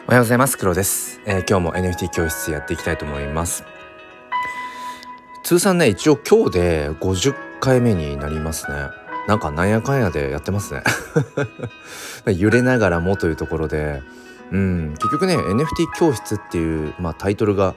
おはようございます。黒です。今日も NFT 教室やっていきたいと思います。通算ね、一応今日で50回目になりますね。なんやかんやでやってますね。揺れながらもというところで、結局ね NFT 教室っていう、タイトルが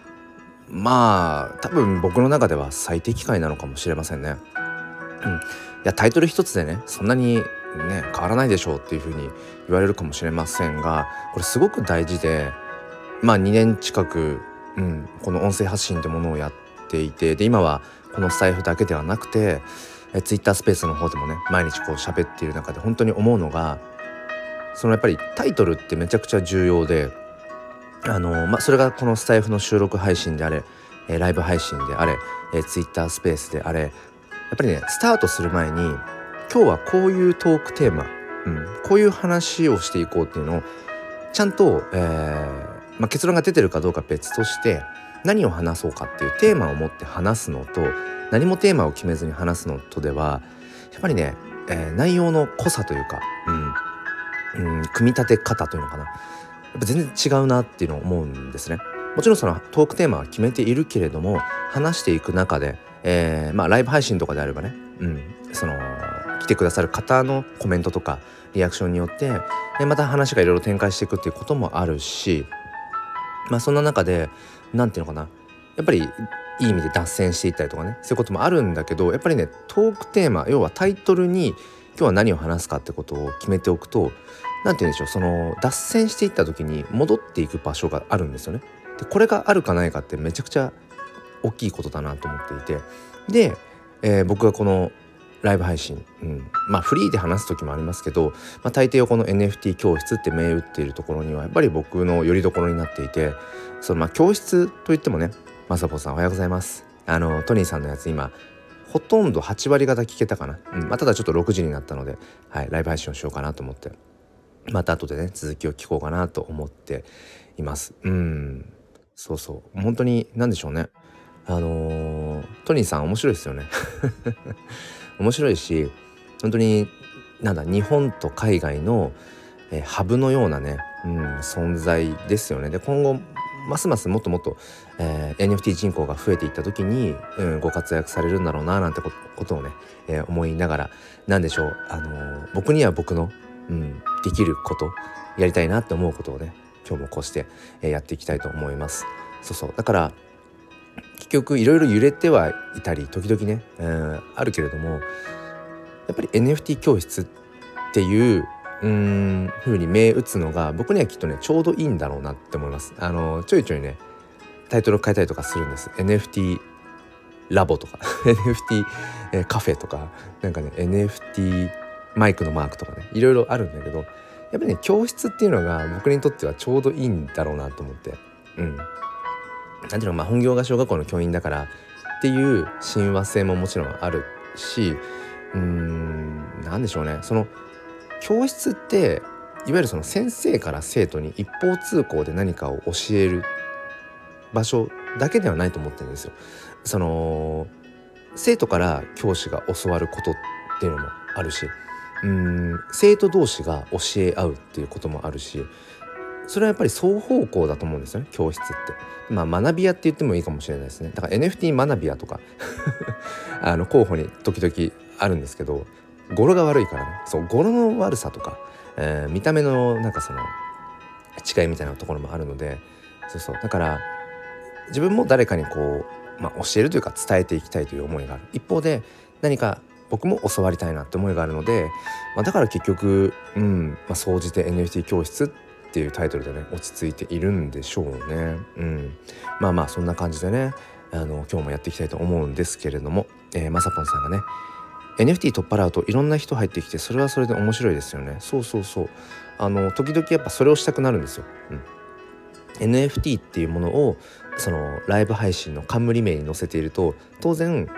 多分僕の中では最適解なのかもしれませんね。いやタイトル一つでねそんなにね変わらないでしょうっていう風に言われるかもしれませんが、これすごく大事で、2年近く、この音声発信ってものをやっていて、で今はこのスタイフだけではなくてTwitter スペースの方でもね毎日こう喋っている中で本当に思うのが、そのやっぱりタイトルってめちゃくちゃ重要で、それがこのスタイフの収録配信であれ、ライブ配信であれ、Twitter スペースであれ、やっぱりねスタートする前に今日はこういうトークテーマ、こういう話をしていこうっていうのをちゃんと、結論が出てるかどうか別として何を話そうかっていうテーマを持って話すのと、何もテーマを決めずに話すのとではやっぱりね、内容の濃さというか、組み立て方というのかな、やっぱ全然違うなっていうのを思うんですね。もちろんそのトークテーマは決めているけれども、話していく中で、ライブ配信とかであればね、その来てくださる方のコメントとかリアクションによってまた話がいろいろ展開していくっていうこともあるし、そんな中でなんていうのかな、やっぱりいい意味で脱線していったりとかね、そういうこともあるんだけど、やっぱりねトークテーマ、要はタイトルに今日は何を話すかってことを決めておくと、なんて言うんでしょう、その脱線していった時に戻っていく場所があるんですよね。でこれがあるかないかってめちゃくちゃ大きいことだなと思っていて、で、僕がこのライブ配信、フリーで話す時もありますけど、大抵この NFT 教室って銘打っているところにはやっぱり僕の拠り所になっていて、その教室といってもね、まさぽさんおはようございます。トニーさんのやつ今ほとんど8割方聞けたかな。ただちょっと6時になったので、ライブ配信をしようかなと思って、また後でね続きを聞こうかなと思っています。そう本当に何でしょうね、トニーさん面白いですよね。面白いし、本当に日本と海外の、ハブのようなね、存在ですよね。で今後ますますもっともっと、NFT 人口が増えていった時に、ご活躍されるんだろうななんてことをね、思いながら、なんでしょう、僕には僕の、できることやりたいなって思うことをね今日もこうして、やっていきたいと思います。だから結局いろいろ揺れてはいたり時々ね、あるけれども、やっぱり NFT 教室っていう風に銘打つのが僕にはきっとねちょうどいいんだろうなって思います。ちょいちょいねタイトルを変えたりとかするんです。 NFT ラボとかNFT、カフェとかNFT マイクのマークとかね、いろいろあるんだけど、やっぱりね教室っていうのが僕にとってはちょうどいいんだろうなと思って、なんていうの、本業が小学校の教員だからっていう親和性ももちろんあるし、なんでしょうね、その教室っていわゆるその先生から生徒に一方通行で何かを教える場所だけではないと思ってるんですよ。その生徒から教師が教わることっていうのもあるし、生徒同士が教え合うっていうこともあるし、それはやっぱり双方向だと思うんですよね、教室って。学び屋って言ってもいいかもしれないですね。だから NFT 学び屋とか候補に時々あるんですけど、語呂が悪いからね、語呂の悪さとか、見た目のその違いみたいなところもあるので、だから自分も誰かにこう、教えるというか伝えていきたいという思いがある一方で、何か僕も教わりたいなって思いがあるので、だから結局総じて NFT 教室っていうタイトルでね落ち着いているんでしょうね。そんな感じでね、今日もやっていきたいと思うんですけれども、まさぽんさんがね NFT 取っ払うといろんな人入ってきて、それはそれで面白いですよね。時々やっぱそれをしたくなるんですよ。NFT っていうものをそのライブ配信の冠名に載せていると、当然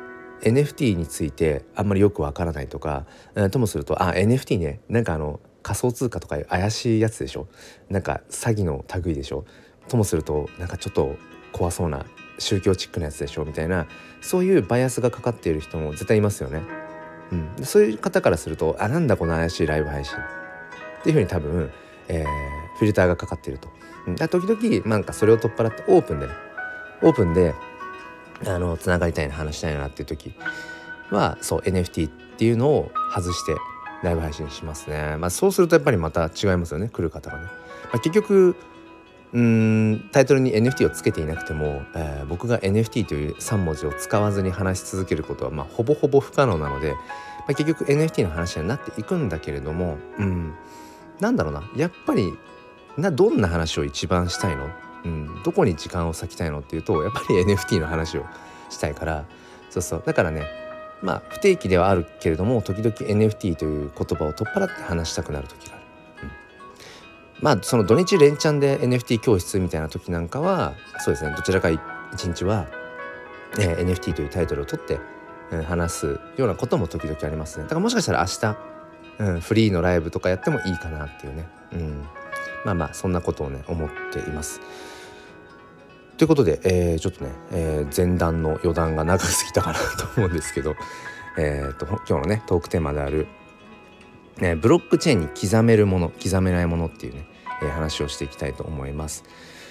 NFT についてあんまりよくわからないとか、ともするとNFT ね、仮想通貨とかいう怪しいやつでしょ、詐欺の類でしょ、ともするとちょっと怖そうな宗教チックなやつでしょみたいな、そういうバイアスがかかっている人も絶対いますよね。そういう方からするとなんだこの怪しいライブ配信っていう風に多分、 フィルターがかかっていると。時々なんかそれを取っ払ってオープンでつながりたいな、話したいなっていう時はそう NFT っていうのを外してライブ配信しますね。そうするとやっぱりまた違いますよね、来る方がね。結局タイトルに NFT をつけていなくても、僕が NFT という3文字を使わずに話し続けることはほぼほぼ不可能なので、結局 NFT の話になっていくんだけれども、なんだろうな、やっぱりどんな話を一番したいの、どこに時間を割きたいのっていうと、やっぱり NFT の話をしたいから、そうだからね、不定期ではあるけれども時々 NFT という言葉を取っ払って話したくなる時がある。その土日連チャンで NFT 教室みたいな時なんかはそうですね、どちらか一日は、NFT というタイトルを取って、話すようなことも時々ありますね。だからもしかしたら明日、フリーのライブとかやってもいいかなっていうね、そんなことをね思っています。ということで、ちょっとね、前段の余談が長すぎたかなと思うんですけど、今日のねトークテーマである、ブロックチェーンに刻めるもの刻めないものっていうね、話をしていきたいと思います。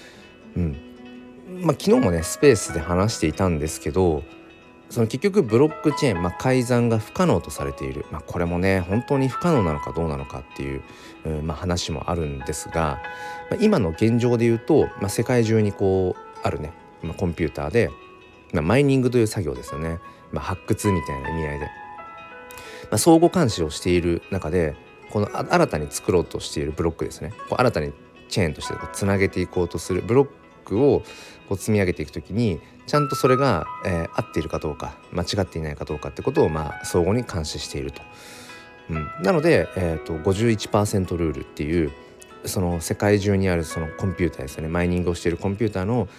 昨日もねスペースで話していたんですけど、その結局ブロックチェーン、改ざんが不可能とされている、これもね本当に不可能なのかどうなのかっていう、話もあるんですが、今の現状で言うと、世界中にこうあるね、コンピューターで、マイニングという作業ですよね、発掘みたいな意味合いで、相互監視をしている中で、この新たに作ろうとしているブロックですね、こう新たにチェーンとしてつなげていこうとするブロックをこう積み上げていくときに、ちゃんとそれが、合っているかどうか間違っていないかどうかってことを相互に監視していると。なので、51% ルールっていう、その世界中にあるそのコンピューターですよね、マイニングをしているコンピューターの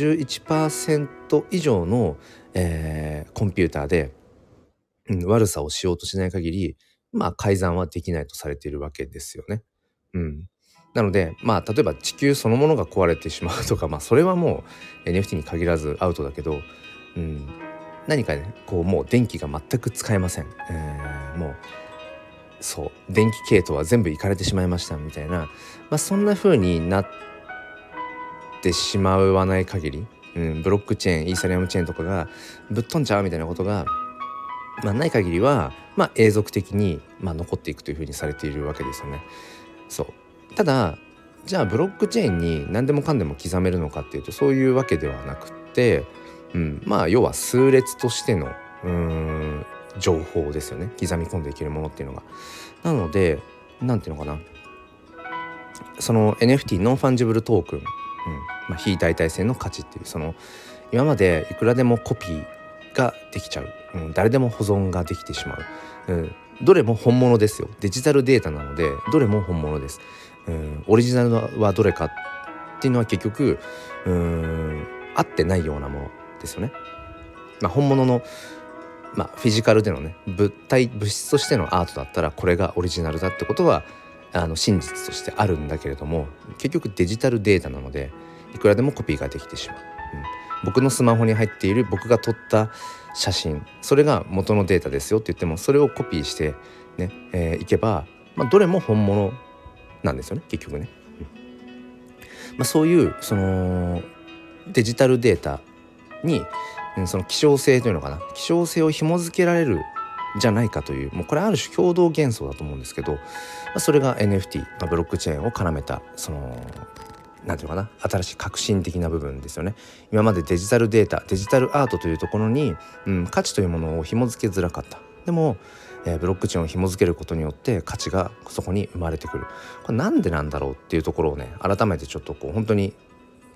51% 以上の、コンピューターで、悪さをしようとしない限り、改ざんはできないとされているわけですよね。なので例えば地球そのものが壊れてしまうとか、それはもう NFT に限らずアウトだけど、何かねこうもう電気が全く使えません、もうそう電気系統は全部いかれてしまいましたみたいな、そんな風になってしまわない限り、ブロックチェーンイーサリアムチェーンとかがぶっ飛んじゃうみたいなことが、ない限りは、永続的に、残っていくという風にされているわけですよね。ただじゃあブロックチェーンに何でもかんでも刻めるのかっていうと、そういうわけではなくて、要は数列としての情報ですよね、刻み込んでいけるものっていうのが。なのでなんていうのかな、その NFT ノンファンジブルトークン、非代替性の価値っていう、その今までいくらでもコピーができちゃう、誰でも保存ができてしまう、どれも本物ですよ。デジタルデータなのでどれも本物です。オリジナルはどれかっていうのは結局合ってないようなものですよね。本物の、フィジカルでのね物質としてのアートだったらこれがオリジナルだってことは真実としてあるんだけれども、結局デジタルデータなのでいくらでもコピーができてしまう。僕のスマホに入っている僕が撮った写真、それが元のデータですよって言っても、それをコピーしてね、いけば、どれも本物なんですよね結局ね。そういうそのデジタルデータに、その希少性というのかな、希少性を紐付けられるじゃないかという、もうこれある種共同幻想だと思うんですけど、それが NFT、ブロックチェーンを絡めたそのなんていうのかな、新しい革新的な部分ですよね。今までデジタルデータ、デジタルアートというところに、価値というものを紐付けづらかった。でも、ブロックチェーンを紐付けることによって価値がそこに生まれてくる。これなんでなんだろうっていうところをね、改めてちょっとこう本当に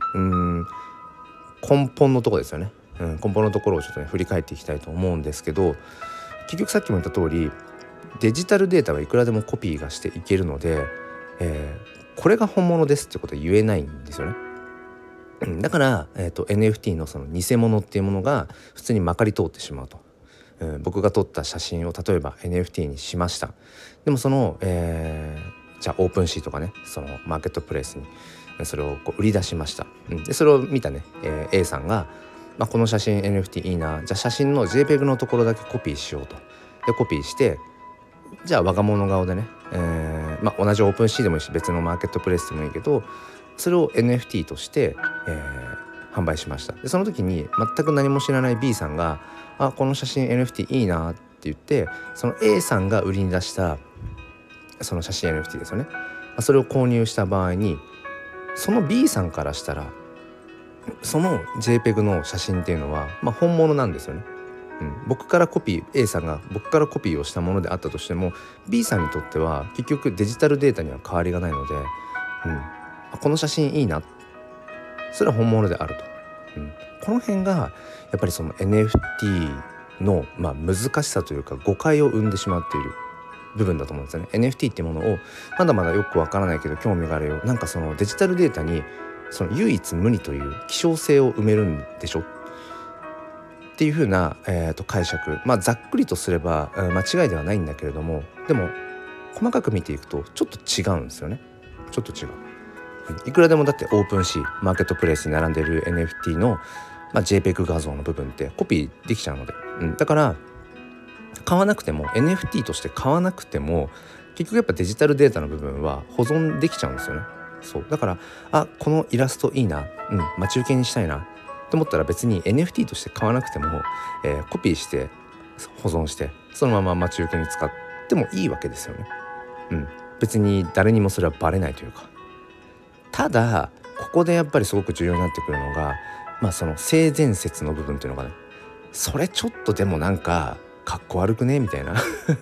根本のところですよね。根本のところをちょっとね振り返っていきたいと思うんですけど、結局さっきも言った通りデジタルデータはいくらでもコピーがしていけるので、これが本物ですってことは言えないんですよね。だから、NFT のその偽物っていうものが普通にまかり通ってしまうと。僕が撮った写真を例えば NFT にしました。でもその、じゃあオープンシーとかね、そのマーケットプレイスにそれをこう売り出しました。でそれを見たね、A さんが、この写真 NFT いいな、じゃあ写真の JPEG のところだけコピーしようと。でコピーしてじゃあ我が物顔でね、同じオープンシーでもいいし別のマーケットプレイスでもいいけど、それを NFT として、販売しました。でその時に全く何も知らない B さんがこの写真 NFT いいなって言って、その A さんが売りに出したその写真 NFT ですよね、それを購入した場合に、その B さんからしたらその JPEG の写真っていうのは、本物なんですよね。僕からコピー A さんが僕からコピーをしたものであったとしても B さんにとっては結局デジタルデータには変わりがないので、この写真いいな、それは本物であると、この辺がやっぱりその NFT の、難しさというか誤解を生んでしまっている部分だと思うんですよね。 NFT ってものをまだまだよくわからないけど興味があるよ、なんかそのデジタルデータにその唯一無二という希少性を埋めるんでしょっていう風な、解釈、ざっくりとすれば、間違いではないんだけれども、でも細かく見ていくとちょっと違うんですよね。ちょっと違う。いくらでもだってオープンシーマーケットプレイスに並んでいる NFT の、JPEG 画像の部分ってコピーできちゃうので、だから買わなくても NFT として買わなくても結局やっぱデジタルデータの部分は保存できちゃうんですよね。そうだからこのイラストいいな、待ち受けにしたいなと思ったら別に NFT として買わなくても、コピーして保存してそのまま待ち受けに使ってもいいわけですよね。別に誰にもそれはバレないというか。ただここでやっぱりすごく重要になってくるのが、その性善説の部分っていうのがね、それちょっとでもなんかかっこ悪くねみたいな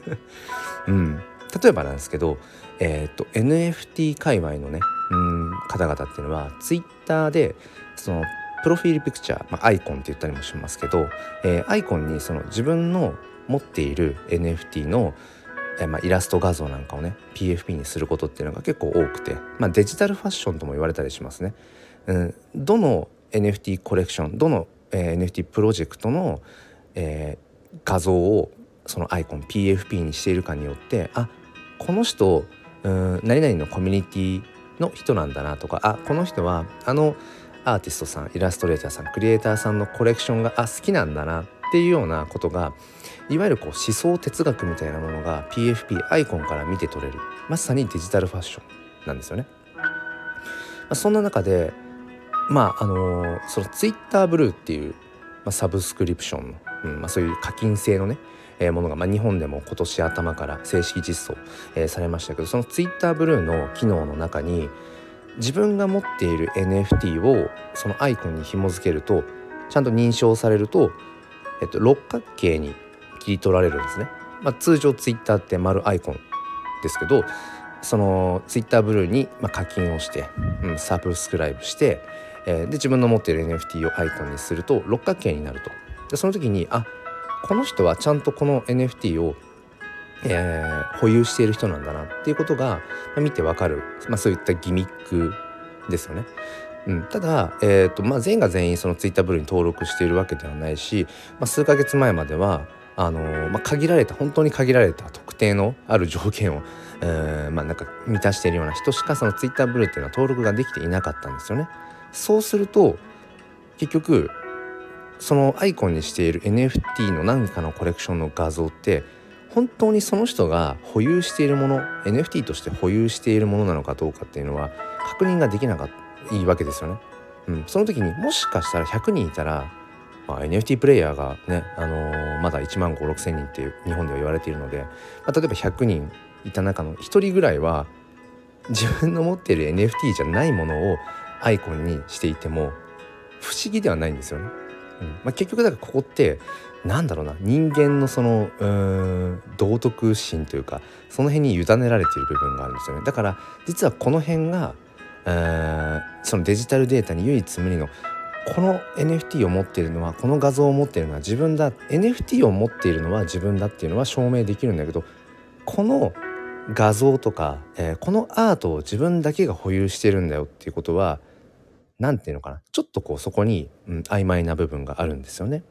例えばなんですけど、NFT 界隈のね方々っていうのはツイッターでそのプロフィールピクチャー、アイコンって言ったりもしますけど、アイコンにその自分の持っている NFT の、イラスト画像なんかをね PFP にすることっていうのが結構多くて、デジタルファッションとも言われたりしますね。どの NFT コレクションどの、NFT プロジェクトの、画像をそのアイコン PFP にしているかによってこの人何々のコミュニティの人なんだなとかこの人はアーティストさんイラストレーターさんクリエイターさんのコレクションが好きなんだなっていうようなことがいわゆるこう思想哲学みたいなものが PFP アイコンから見て取れるまさにデジタルファッションなんですよね。そんな中でそのツイッターブルーっていう、サブスクリプションの、そういう課金制のねものが、日本でも今年頭から正式実装、されましたけど、そのツイッターブルーの機能の中に自分が持っている NFT をそのアイコンに紐付けるとちゃんと認証されると、六角形に切り取られるんですね。通常ツイッターって丸アイコンですけど、そのツイッターブルーに、課金をして、サブスクライブして、で自分の持っている NFT をアイコンにすると六角形になると。でその時にこの人はちゃんとこの NFT を、保有している人なんだなっていうことが、見てわかる、そういったギミックですよね。ただ、全員が全員そのツイッターブルーに登録しているわけではないし、数ヶ月前までは限られた本当に限られた特定のある条件を、なんか満たしているような人しかそのツイッターブルーっていうのは登録ができていなかったんですよね。そうすると結局そのアイコンにしている NFT の何かのコレクションの画像って本当にその人が保有しているもの NFT として保有しているものなのかどうかっていうのは確認ができなかったいいわけですよね。その時にもしかしたら100人いたら、NFT プレイヤーがね、まだ1万5、6千人って日本では言われているので、例えば100人いた中の1人ぐらいは自分の持っている NFT じゃないものをアイコンにしていても不思議ではないんですよね。結局だからここってなんだろうな、人間のその道徳心というかその辺に委ねられている部分があるんですよね。だから実はこの辺がそのデジタルデータに唯一無二のこの NFT を持っているのはこの画像を持っているのは自分だ NFT を持っているのは自分だっていうのは証明できるんだけど、この画像とか、このアートを自分だけが保有してるんだよっていうことはなんていうのかな、ちょっとこうそこに、曖昧な部分があるんですよね。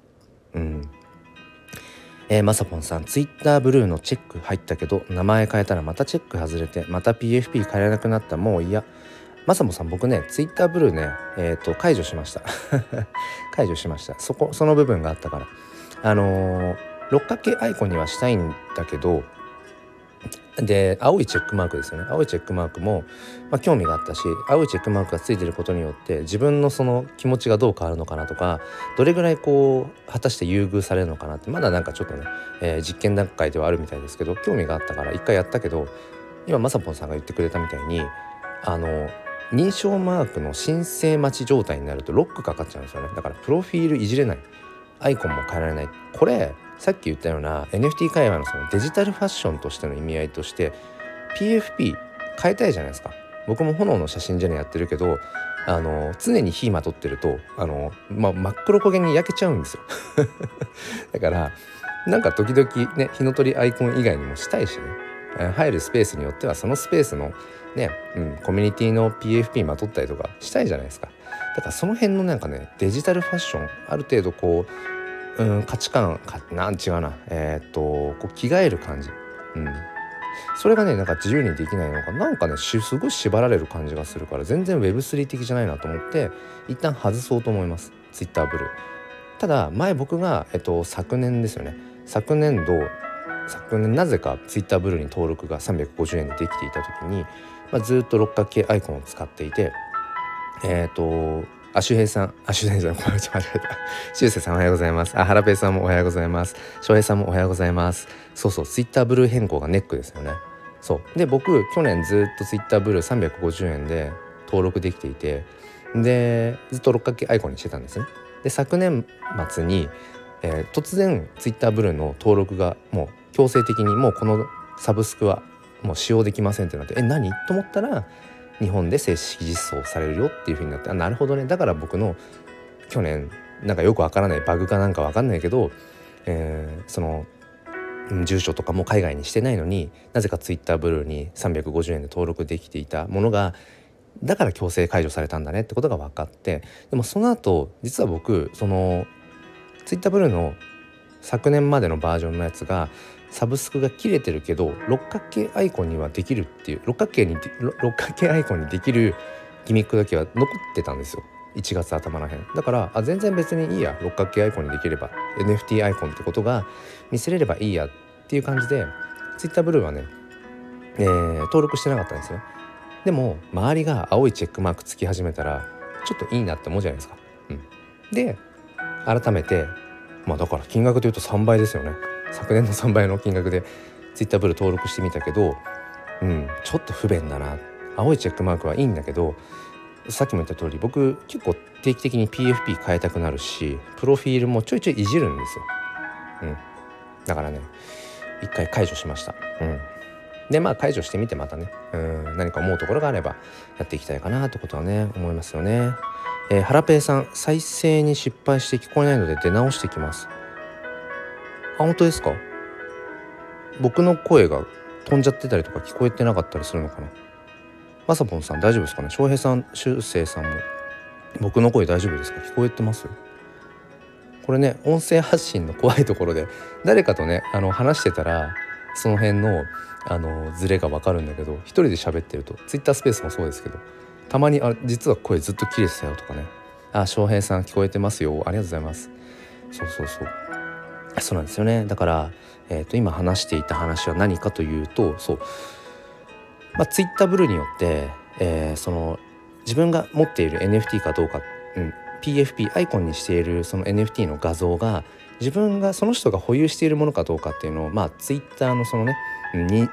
まさぽんさん、ツイッターブルーのチェック入ったけど名前変えたらまたチェック外れてまた PFP 変えられなくなった、もう嫌。まさぽんさん、僕ねツイッターブルーね解除しました解除しました。その部分があったから六角形アイコンにはしたいんだけどで青いチェックマークですよね。青いチェックマークも、興味があったし、青いチェックマークがついてることによって自分のその気持ちがどう変わるのかなとか、どれぐらいこう果たして優遇されるのかなって、まだなんかちょっとね、実験段階ではあるみたいですけど、興味があったから一回やったけど、今まさぽんさんが言ってくれたみたいに認証マークの申請待ち状態になるとロックかかっちゃうんですよね。だからプロフィールいじれない、アイコンも変えられない。これさっき言ったような NFT 界隈のそのデジタルファッションとしての意味合いとして PFP 変えたいじゃないですか。僕も炎の写真じゃねやってるけど、常に火まとってると真っ黒焦げに焼けちゃうんですよだからなんか時々ね、火の鳥アイコン以外にもしたいしね、入るスペースによってはそのスペースのね、コミュニティの PFP まとったりとかしたいじゃないですか。だからその辺のなんかね、デジタルファッションある程度こう、価値観なん違うな、こう着替える感じ、それがねなんか自由にできないのかなんかね、すごい縛られる感じがするから、全然 Web3 的じゃないなと思って一旦外そうと思います、 Twitter ブルー。ただ前僕が、昨年ですよね、昨年なぜか Twitter ブルーに登録が350円でできていた時に、ずっと六角形アイコンを使っていて、周平さんごめんなさい間違えたしゅうせいさんおはようございます。はらぺいさんもおはようございます。しょうへいさんもおはようございます。そうそう、ツイッターブルー変更がネックですよね。そうで、僕去年ずっとツイッターブルー350円で登録できていて、でずっと六角形アイコンにしてたんですね。で昨年末に、突然ツイッターブルーの登録がもう強制的にもうこのサブスクはもう使用できませんってなって、何と思ったら日本で正式実装されるよっていう風になって、なるほどね、だから僕の去年なんかよくわからないバグかなんかわかんないけど、その住所とかも海外にしてないのになぜかツイッターブルーに350円で登録できていたものが、だから強制解除されたんだねってことが分かって、でもその後実は僕そのツイッターブルーの昨年までのバージョンのやつがサブスクが切れてるけど六角形アイコンにはできるっていう、六角形アイコンにできるギミックだけは残ってたんですよ、1月頭らへんだから、全然別にいいや、六角形アイコンにできれば NFT アイコンってことが見せれればいいやっていう感じでツイッターブルーはね、登録してなかったんですよ。でも周りが青いチェックマークつき始めたらちょっといいなって思うじゃないですか、で改めてだから金額で言うと3倍ですよね。昨年の3倍の金額でツイッターブルー登録してみたけど、ちょっと不便だな。青いチェックマークはいいんだけど、さっきも言った通り僕結構定期的に PFP 変えたくなるし、プロフィールもちょいちょいいじるんですよ。だからね一回解除しました。で解除してみてまたね何か思うところがあればやっていきたいかなってことはね思いますよね。はらぺいさん、再生に失敗して聞こえないので出直してきます。本当ですか？僕の声が飛んじゃってたりとか聞こえてなかったりするのかな。まさぽんさん大丈夫ですかね。しょうへいさん、しゅうせいさんも僕の声大丈夫ですか？聞こえてます？これね、音声発信の怖いところで誰かとね話してたらその辺のズレが分かるんだけど、一人で喋ってるとツイッタースペースもそうですけど、たまに実は声ずっと切れてたよとかね、翔平さん聞こえてますよ、ありがとうございます。そうなんですよね。だから、今話していた話は何かというと、ツイッターブルーによって、その自分が持っている NFT かどうか、PFP アイコンにしているその NFT の画像が自分がその人が保有しているものかどうかっていうのをツイッターのそのねに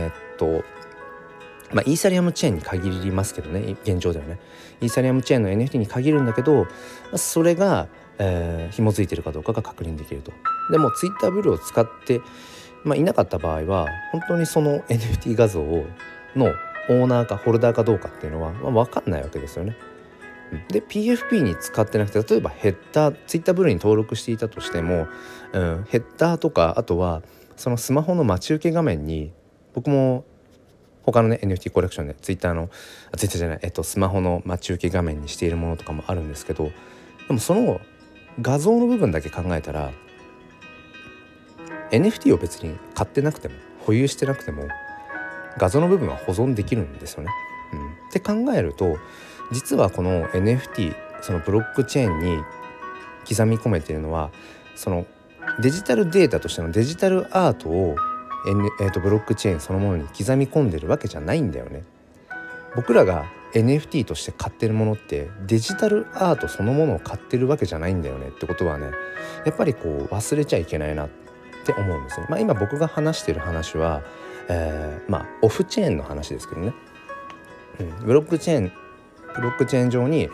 イーサリアムチェーンに限りますけどね、現状ではねイーサリアムチェーンの NFT に限るんだけど、それが、紐づいているかどうかが確認できると。でもツイッターブルーを使っていなかった場合は本当にその NFT 画像のオーナーかホルダーかどうかっていうのは分かんないわけですよね。で PFP に使ってなくて、例えばヘッダーツイッターブルーに登録していたとしても、ヘッダーとかあとはそのスマホの待ち受け画面に、僕も他のね NFT コレクションでツイッターのスマホの待ち受け画面にしているものとかもあるんですけど、でもその画像の部分だけ考えたら NFT を別に買ってなくても保有してなくても画像の部分は保存できるんですよね。って考えると、実はこの NFT そのブロックチェーンに刻み込めているのはそのデジタルデータとしてのデジタルアートをブロックチェーンそのものに刻み込んでるわけじゃないんだよね。僕らが NFT として買ってるものってデジタルアートそのものを買ってるわけじゃないんだよねってことはね、やっぱりこう忘れちゃいけないなって思うんですね。今僕が話してる話は、オフチェーンの話ですけどね、ブロックチェーン上に、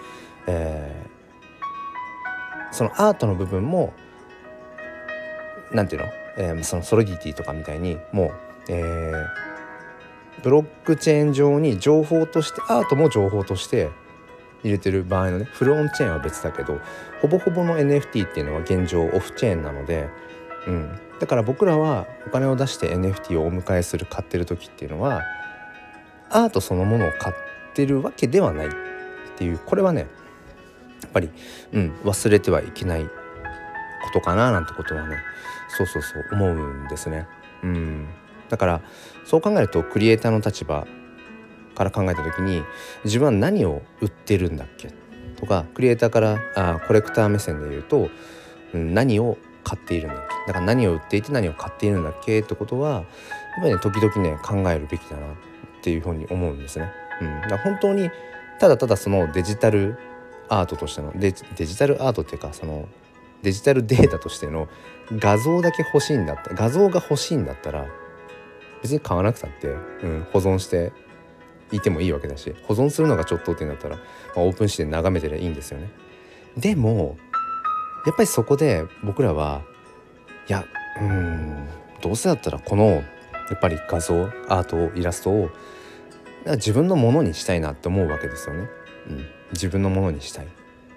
そのアートの部分もなんていうの、そのソリディティとかみたいにもう、ブロックチェーン上に情報としてアートも情報として入れてる場合のね、フルオンチェーンは別だけどほぼほぼの NFT っていうのは現状オフチェーンなので、だから僕らはお金を出して NFT をお迎えする買ってる時っていうのはアートそのものを買ってるわけではないっていう、これはねやっぱり、忘れてはいけないことかななんてことはねそう思うんですね。だからそう考えるとクリエイターの立場から考えた時に自分は何を売ってるんだっけとか、クリエイターからコレクター目線で言うと、何を買っているんだっけ、だから何を売っていて何を買っているんだっけってことはやっぱりね時々ね考えるべきだなっていうふうに思うんですね。だから本当にただただそのデジタルアートとしてのデジタルアートっていうかそのデジタルデータとしての画像だけ欲しいんだったら、画像が欲しいんだったら別に買わなくたって、保存していてもいいわけだし、保存するのがちょっとってなったら、オープンして眺めてりゃいいんですよね。でもやっぱりそこで僕らはいやどうせだったらこのやっぱり画像アートイラストを自分のものにしたいなって思うわけですよね。自分のものにしたい。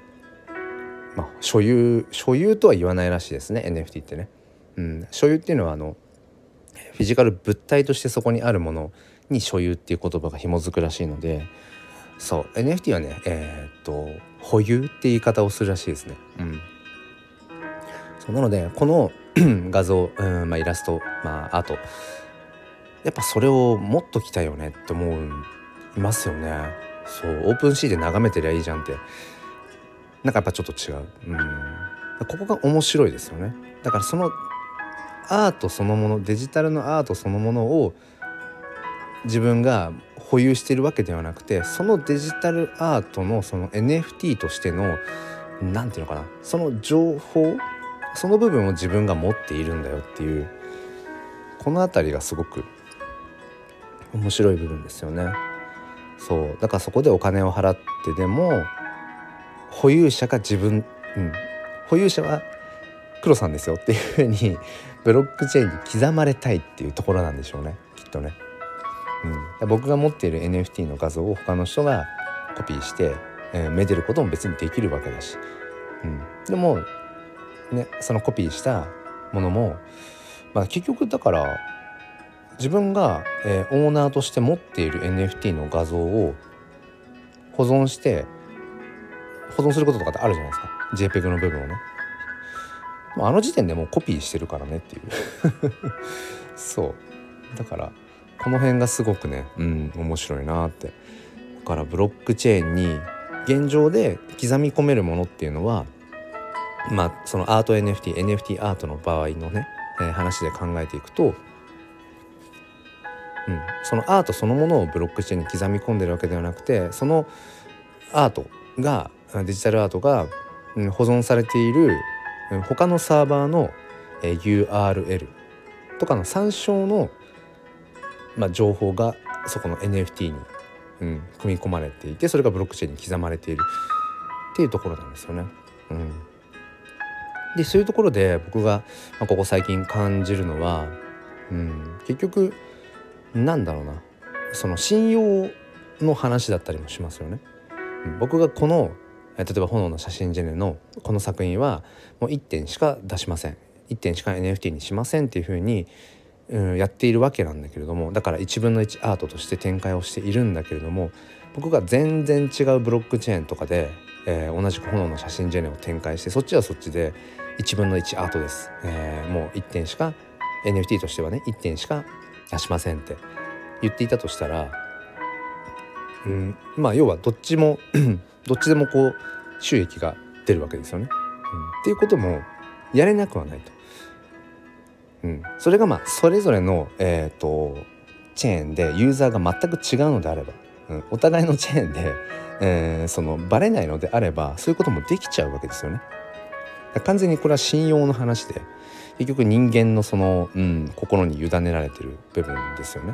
所有とは言わないらしいですね NFT ってね。所有っていうのはフィジカル物体としてそこにあるものに所有っていう言葉が紐づくらしいので、そう NFT はね保有って言い方をするらしいですね。そうなのでこの画像、イラスト、アートやっぱそれを持っときたいよねって思いますよね。そうオープンシーで眺めてりゃいいじゃんってなんかやっぱちょっと違う。ここが面白いですよね。だからそのアートそのもの、デジタルのアートそのものを自分が保有しているわけではなくて、そのデジタルアートのその NFT としてのなんていうのかな、その情報その部分を自分が持っているんだよっていう、このあたりがすごく面白い部分ですよね。そうだからそこでお金を払ってでも保有者が保有者は黒さんですよっていう風にブロックチェーンに刻まれたいっていうところなんでしょうね、きっとね。僕が持っている NFT の画像を他の人がコピーして、めでることも別にできるわけだし、でもねそのコピーしたものも、結局だから自分が、オーナーとして持っている NFT の画像を保存することとかってあるじゃないですか、 JPEG の部分をね。あの時点でもうコピーしてるからねっていうそうだからこの辺がすごくね面白いなって。だからブロックチェーンに現状で刻み込めるものっていうのはそのアート NFT アートの場合のね、話で考えていくと、そのアートそのものをブロックチェーンに刻み込んでるわけではなくて、そのアートがデジタルアートが、保存されている他のサーバーの、URL とかの参照の、情報がそこの NFT に、組み込まれていて、それがブロックチェーンに刻まれているっていうところなんですよね。でそういうところで僕が、ここ最近感じるのは、結局なんだろうな、その信用の話だったりもしますよね。僕がこの例えば炎の写真ジェネのこの作品はもう1点しか出しません、1点しか NFT にしませんっていう風に、やっているわけなんだけれども、だから1分の1アートとして展開をしているんだけれども、僕が全然違うブロックチェーンとかで、同じく炎の写真ジェネを展開して、そっちはそっちで1分の1アートです、もう1点しか NFT としてはね1点しか出しませんって言っていたとしたら、要はどっちでもこう収益が出るわけですよね。っていうこともやれなくはないと。 それがそれぞれの、チェーンでユーザーが全く違うのであれば、お互いのチェーンで、そのバレないのであればそういうこともできちゃうわけですよね。完全にこれは信用の話で、結局人間のその、心に委ねられてる部分ですよね。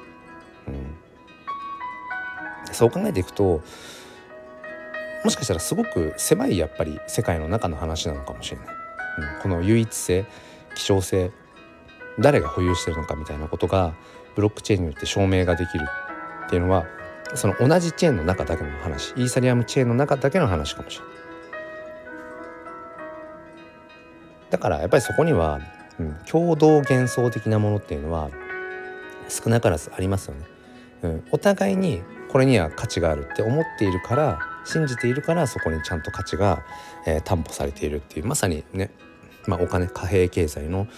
そう考えていくと、もしかしたらすごく狭いやっぱり世界の中の話なのかもしれない。この唯一性、希少性、誰が保有してるのかみたいなことがブロックチェーンによって証明ができるっていうのは、その同じチェーンの中だけの話、イーサリアムチェーンの中だけの話かもしれない。だからやっぱりそこには、共同幻想的なものっていうのは少なからずありますよね。お互いにこれには価値があるって思っているから、信じているから、そこにちゃんと価値が、担保されているっていう、まさにね、お金、貨幣経済の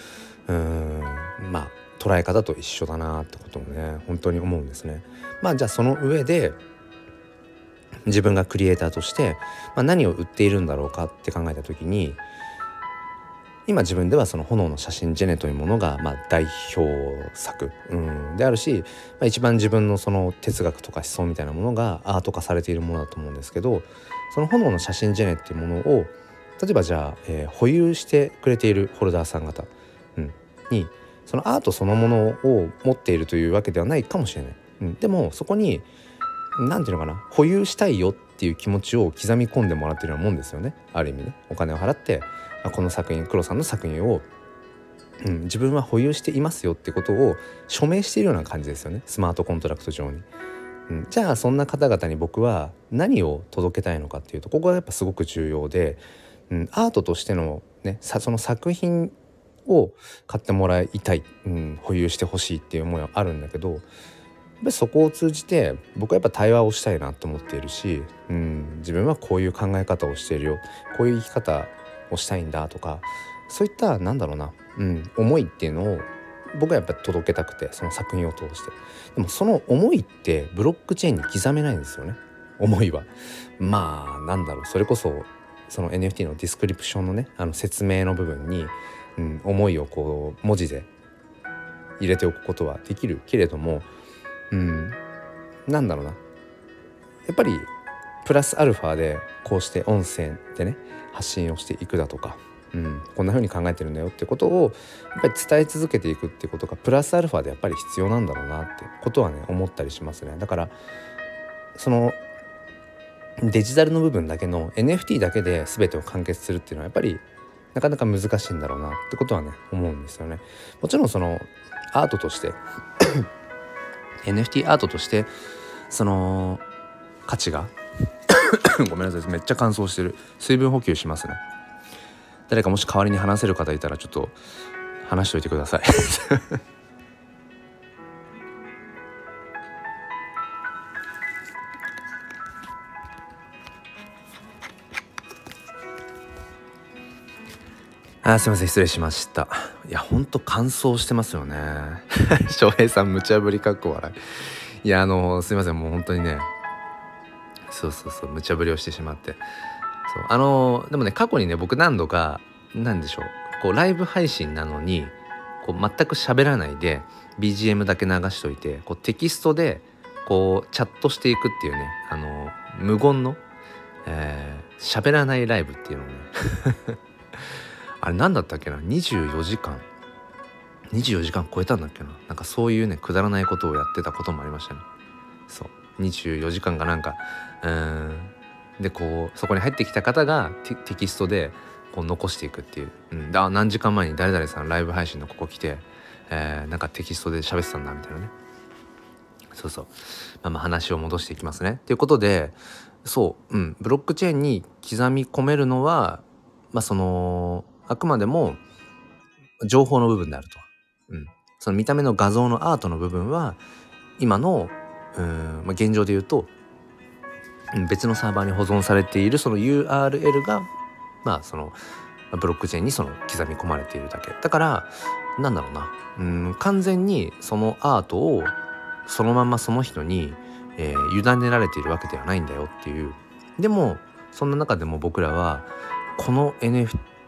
捉え方と一緒だなってことをね本当に思うんですね。じゃあその上で自分がクリエイターとして、何を売っているんだろうかって考えた時に、今自分ではその炎の写真ジェネというものが代表作、であるし、一番自分のその哲学とか思想みたいなものがアート化されているものだと思うんですけど、その炎の写真ジェネっていうものを例えばじゃあ、保有してくれているホルダーさん方、にそのアートそのものを持っているというわけではないかもしれない、でもそこに何ていうのかな、保有したいよっていう気持ちを刻み込んでもらっているようなもんですよね。ある意味ね、お金を払ってこの作品、黒さんの作品を、自分は保有していますよってことを署名しているような感じですよね、スマートコントラクト上に。じゃあそんな方々に僕は何を届けたいのかっていうと、ここがやっぱすごく重要で、アートとしてのね、その作品を買ってもらいたい、保有してほしいっていう思いはあるんだけど、やっぱりそこを通じて僕はやっぱ対話をしたいなと思っているし、自分はこういう考え方をしているよ、こういう生き方をしたいんだとか、そういった思いっていうのを僕はやっぱり届けたくて、その作品を通して。でもその思いってブロックチェーンに刻めないんですよね、思いは。それこそその NFT のディスクリプションのね、説明の部分に、思いをこう文字で入れておくことはできるけれども、やっぱりプラスアルファでこうして音声でね発信をしていくだとか、こんな風に考えてるんだよってことをやっぱり伝え続けていくっていうことがプラスアルファでやっぱり必要なんだろうなってことはね思ったりしますね。だからそのデジタルの部分だけの NFT だけで全てを完結するっていうのはやっぱりなかなか難しいんだろうなってことはね思うんですよね。もちろんそのアートとしてNFT アートとしてその価値がごめんなさい、めっちゃ乾燥してる。水分補給しますね。誰かもし代わりに話せる方いたらちょっと話しておいてくださいすいません、失礼しました。いやほんと乾燥してますよね翔平さん無茶ぶりかっこ笑い。いやすいません、もう本当にね、そう無茶ぶりをしてしまって、でもね、過去にね僕何度かこうライブ配信なのにこう全く喋らないで BGM だけ流しといて、こうテキストでこうチャットしていくっていうね、無言の喋らないライブっていうのをねあれ何だったっけな、24時間超えたんだっけな、なんかそういうねくだらないことをやってたこともありましたね。そう24時間がでこうそこに入ってきた方がテキストでこう残していくっていう、何時間前に誰々さんライブ配信のここ来て、なんかテキストで喋ってたんだみたいなね。話を戻していきますねっていうことで、ブロックチェーンに刻み込めるのはあくまでも情報の部分であると、その見た目の画像のアートの部分は今の現状で言うと別のサーバーに保存されているその URL がそのブロックチェーンにその刻み込まれているだけだから、完全にそのアートをそのままその人に、委ねられているわけではないんだよっていう。でもそんな中でも僕らはこの NFT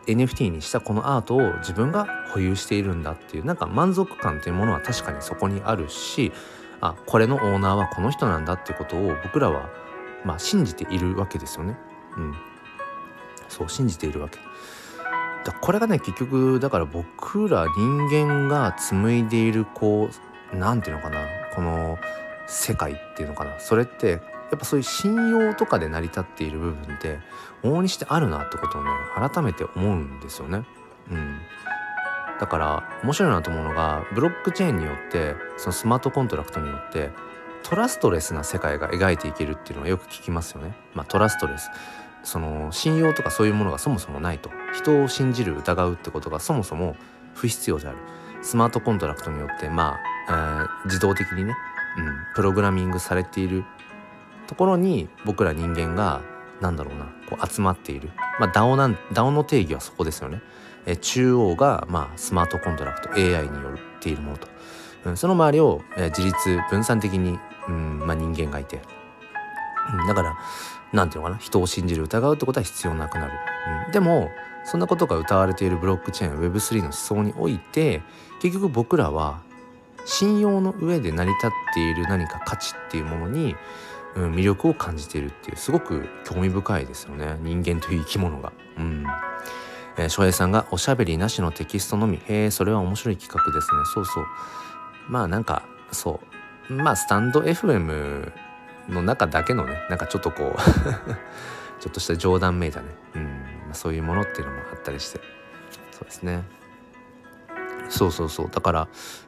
NFT にしたこのアートを自分が保有しているんだっていうなんか満足感というものは確かにそこにあるし、これのオーナーはこの人なんだってことを僕らは信じているわけですよね。そう信じているわけこれがね、結局だから僕ら人間が紡いでいるなんていうのかな、この世界っていうのかな、それってやっぱそういう信用とかで成り立っている部分って往々にしてあるなってことをね、改めて思うんですよね。だから面白いなと思うのが、ブロックチェーンによってそのスマートコントラクトによってトラストレスな世界が描いていけるっていうのはよく聞きますよね。トラストレス、その信用とかそういうものがそもそもないと、人を信じる疑うってことがそもそも不必要である。スマートコントラクトによって自動的にね、プログラミングされているところに僕ら人間が集まっている、DAO の定義はそこですよね。中央がスマートコントラクト AI によっているものと、その周りを、自立分散的に、人間がいて、だからなんていうのかな、人を信じる疑うってことは必要なくなる。でもそんなことが謳われているブロックチェーン Web3 の思想において、結局僕らは信用の上で成り立っている何か価値っていうものに、魅力を感じているっていう、すごく興味深いですよね、人間という生き物が。翔平さんがおしゃべりなしのテキストのみ、それは面白い企画ですね。そうそう、スタンド FM の中だけのね、ちょっとちょっとした冗談めいたね、そういうものっていうのもあったりして、そうですね。そうだから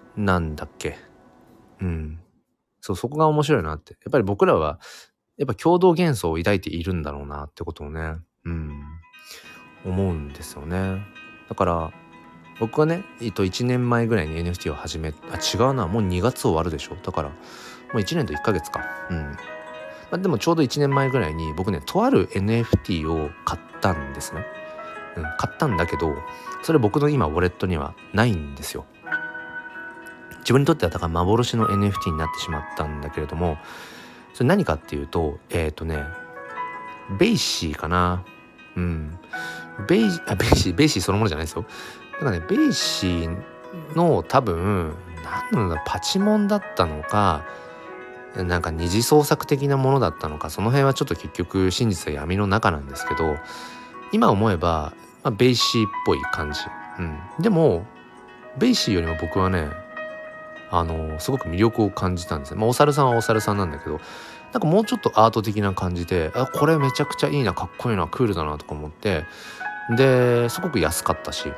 そこが面白いなって。やっぱり僕らはやっぱ共同幻想を抱いているんだろうなってことをね、思うんですよね。だから僕はね、1年前ぐらいに NFT を始め、違うな、もう2月終わるでしょ。だからもう1年と1ヶ月か。でもちょうど1年前ぐらいに僕ね、とある NFT を買ったんですね。買ったんだけど、それ僕の今ウォレットにはないんですよ。自分にとってはだから幻の NFT になってしまったんだけれども、それ何かっていうと、ベイシーかな。ベイシーそのものじゃないですよ。だからね、ベイシーの多分パチモンだったのか、二次創作的なものだったのか、その辺はちょっと結局真実は闇の中なんですけど、今思えば、ベイシーっぽい感じ。でもベイシーよりも僕はね、すごく魅力を感じたんですよ。お猿さんはお猿さんなんだけど、もうちょっとアート的な感じで、これめちゃくちゃいいな、かっこいいな、クールだなとか思って、ですごく安かったし、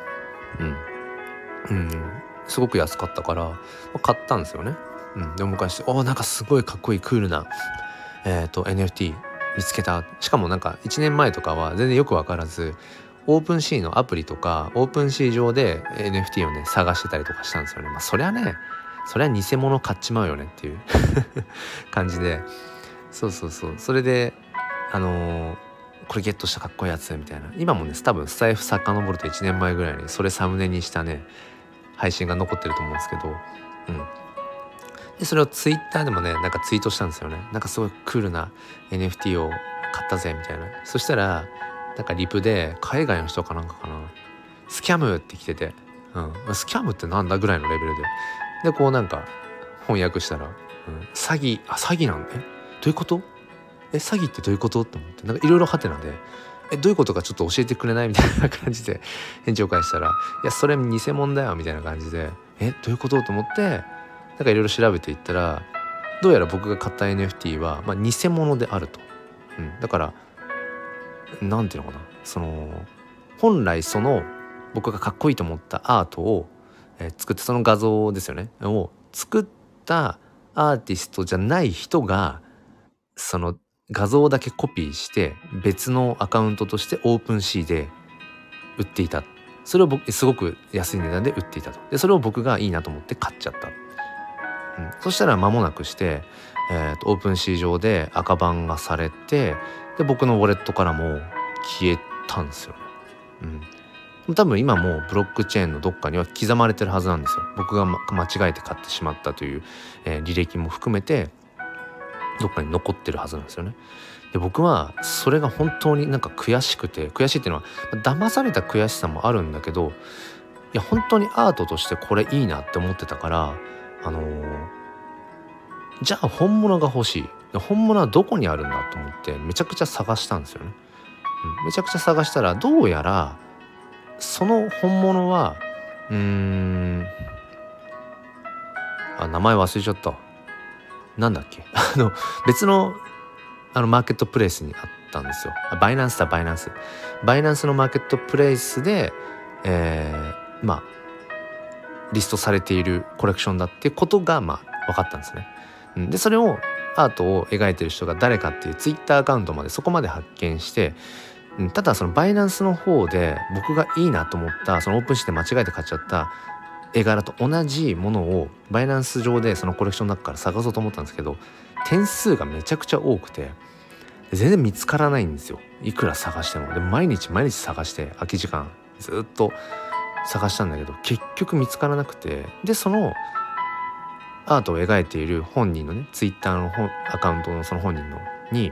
すごく安かったから買ったんですよね。でお迎えして、すごいかっこいいクールなNFT 見つけた。しかも1年前とかは全然よく分からず、オープンシーのアプリとかオープンシー上で NFT をね探してたりとかしたんですよね。そりゃ偽物買っちまうよねっていう感じで、それでこれゲットしたかっこいいやつみたいな。今もね多分スタイフ遡ると1年前ぐらいにそれサムネにしたね配信が残ってると思うんですけど、でそれをツイッターでもねツイートしたんですよね。すごいクールな NFT を買ったぜみたいな。そしたらリプで海外の人かな、スキャムって来てて、スキャムってなんだぐらいのレベルで、翻訳したら、詐欺なんだね。どういうこと？詐欺ってどういうことって思って、いろいろハテナで、どういうことかちょっと教えてくれないみたいな感じで返事を返したら、いやそれ偽物だよみたいな感じで、どういうことと思って、いろいろ調べていったら、どうやら僕が買った NFT は、偽物であると。だからなんていうのかな、本来僕がかっこいいと思ったアートを、作ったその画像ですよねを作ったアーティストじゃない人がその画像だけコピーして別のアカウントとしてオープンシーで売っていた。それをすごく安い値段で売っていたと。でそれを僕がいいなと思って買っちゃった。そしたら間もなくして、オープンシー上で赤バンがされて、で僕のウォレットからも消えたんですよね。多分今もブロックチェーンのどっかには刻まれてるはずなんですよ。僕が間違えて買ってしまったという、履歴も含めて、 どっかに残ってるはずなんですよね。で僕はそれが本当になんか悔しくて、悔しいっていうのは騙された悔しさもあるんだけど、いや本当にアートとしてこれいいなって思ってたから、じゃあ本物が欲しい、本物はどこにあるんだと思ってめちゃくちゃ探したんですよね。めちゃくちゃ探したら、どうやらその本物は名前忘れちゃった。なんだっけ別のマーケットプレイスにあったんですよ。バイナンスのマーケットプレイスで、リストされているコレクションだっていうことが分かったんですね。でそれをアートを描いてる人が誰かっていうツイッターアカウントまでそこまで発見して、ただそのバイナンスの方で僕がいいなと思ったそのオープンシーで間違えて買っちゃった絵柄と同じものをバイナンス上でそのコレクションの中から探そうと思ったんですけど、点数がめちゃくちゃ多くて全然見つからないんですよ。いくら探しても。で毎日探して空き時間ずっと探したんだけど結局見つからなくて、でそのアートを描いている本人のねツイッターのアカウントのその本人のに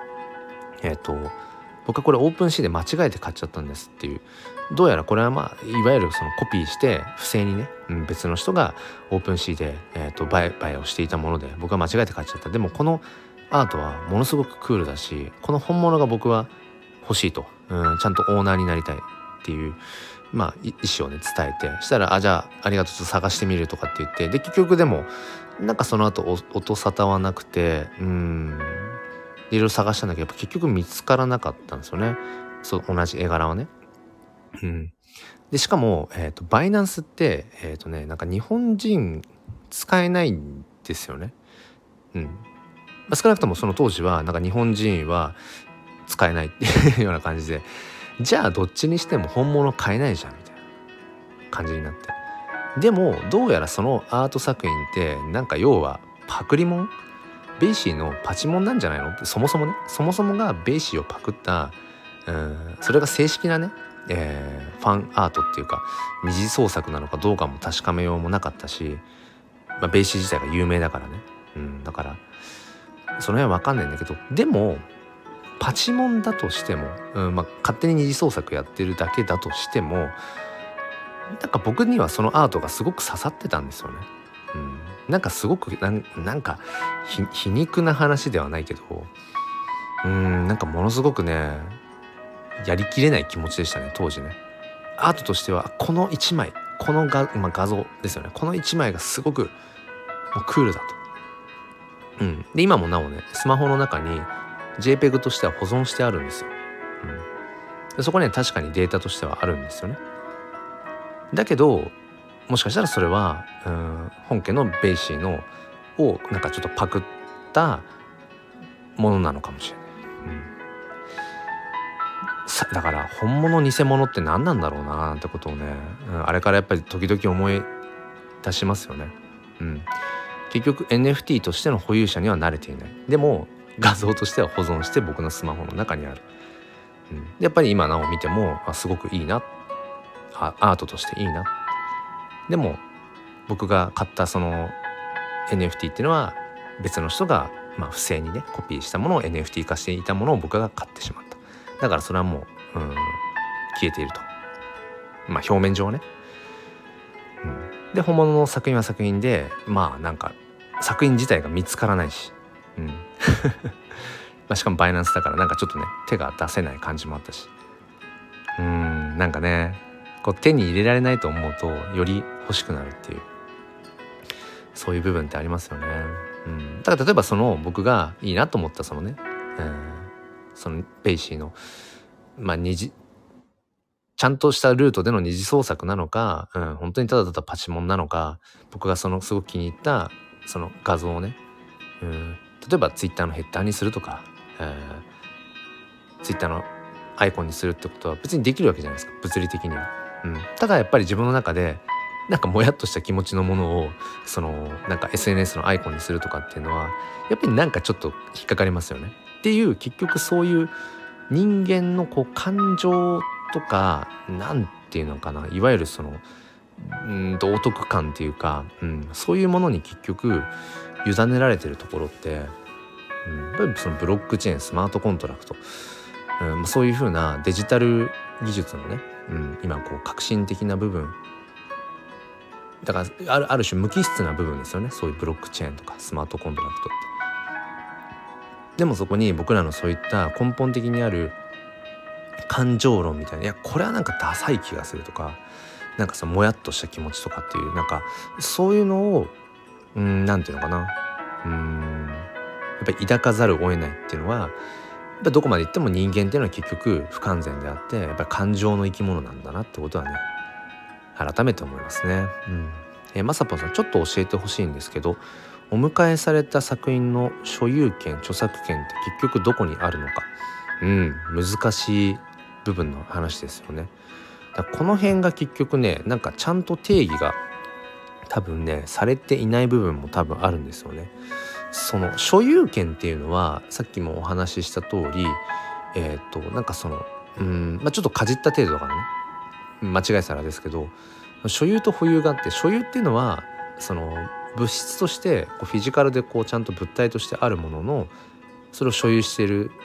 僕はこれオープンシーで間違えて買っちゃったんですっていう、どうやらこれはいわゆるそのコピーして不正にね、別の人がオープンシーで、売買をしていたもので僕は間違えて買っちゃった。でもこのアートはものすごくクールだし、この本物が僕は欲しいと、ちゃんとオーナーになりたいっていう意思をね伝えて、したらじゃあありがとう、ちょっと探してみるとかって言って、で結局でもなんかその後音沙汰はなくて、いろいろ探したんだけどやっぱ結局見つからなかったんですよね。同じ絵柄はね。でしかも、バイナンスってなんか日本人使えないんですよね。少なくともその当時はなんか日本人は使えないっていうような感じで、じゃあどっちにしても本物買えないじゃんみたいな感じになって、でもどうやらそのアート作品ってなんか要はパクリモン、ベイシーのパチモンなんじゃないのって、そもそもがベイシーをパクった、それが正式なね、ファンアートっていうか二次創作なのかどうかも確かめようもなかったし、ベイシー自体が有名だからね、だからその辺は分かんないんだけど、でもパチモンだとしても、勝手に二次創作やってるだけだとしても、なんか僕にはそのアートがすごく刺さってたんですよね。なんかすごくなんか皮肉な話ではないけど、なんかものすごくねやりきれない気持ちでしたね当時ね。アートとしてはこの一枚、この画像ですよね、この一枚がすごくもうクールだと。で今もなおねスマホの中に JPEG としては保存してあるんですよ。でそこには確かにデータとしてはあるんですよね。だけどもしかしたらそれは本家のベイシーのをなんかちょっとパクったものなのかもしれない。だから本物偽物って何なんだろうなってことをね、あれからやっぱり時々思い出しますよね。結局 NFT としての保有者には慣れていない。でも画像としては保存して僕のスマホの中にある。やっぱり今なお見てもすごくいいな、アートとしていいな。でも僕が買ったその NFT っていうのは別の人が不正にねコピーしたものを NFT 化していたものを僕が買ってしまった。だからそれはもう、消えていると。表面上ね。で本物の作品は作品でなんか作品自体が見つからないし、しかもバイナンスだからなんかちょっとね手が出せない感じもあったし、なんかねこう手に入れられないと思うとより欲しくなるっていう、そういう部分ってありますよね。だから例えばその僕がいいなと思ったそのね、そのベイシーのちゃんとしたルートでの二次創作なのか、本当にただただパチモンなのか、僕がそのすごく気に入ったその画像をね、例えばツイッターのヘッダーにするとか、ツイッターのアイコンにするってことは別にできるわけじゃないですか、物理的には。ただやっぱり自分の中でなんかもやっとした気持ちのものをそのなんか SNS のアイコンにするとかっていうのはやっぱりなんかちょっと引っかかりますよねっていう、結局そういう人間のこう感情とかなんていうのかな、いわゆるその道徳感っていうか、そういうものに結局委ねられてるところってやっぱりそのブロックチェーン、スマートコントラクト、そういう風なデジタル技術のね、今こう革新的な部分だからある種無機質な部分ですよね、そういうブロックチェーンとかスマートコントラクトって。でもそこに僕らのそういった根本的にある感情論みたいな、いやこれはなんかダサい気がするとか、なんかもやっとした気持ちとかっていう、なんかそういうのをなんていうのかな、やっぱり抱かざるを得ないっていうのは、やっぱどこまでいっても人間っていうのは結局不完全であって、やっぱり感情の生き物なんだなってことはね、改めて思いますね。まさぽんさん、ちょっと教えてほしいんですけど、お迎えされた作品の所有権、著作権って結局どこにあるのか。難しい部分の話ですよね。だからこの辺が結局ね、なんかちゃんと定義が多分ねされていない部分も多分あるんですよね。その所有権っていうのはさっきもお話しした通り、なんかちょっとかじった程度だからね、間違えたらですけど、所有と保有があって、所有っていうのはその物質としてこうフィジカルでこうちゃんと物体としてあるものの、それを所有している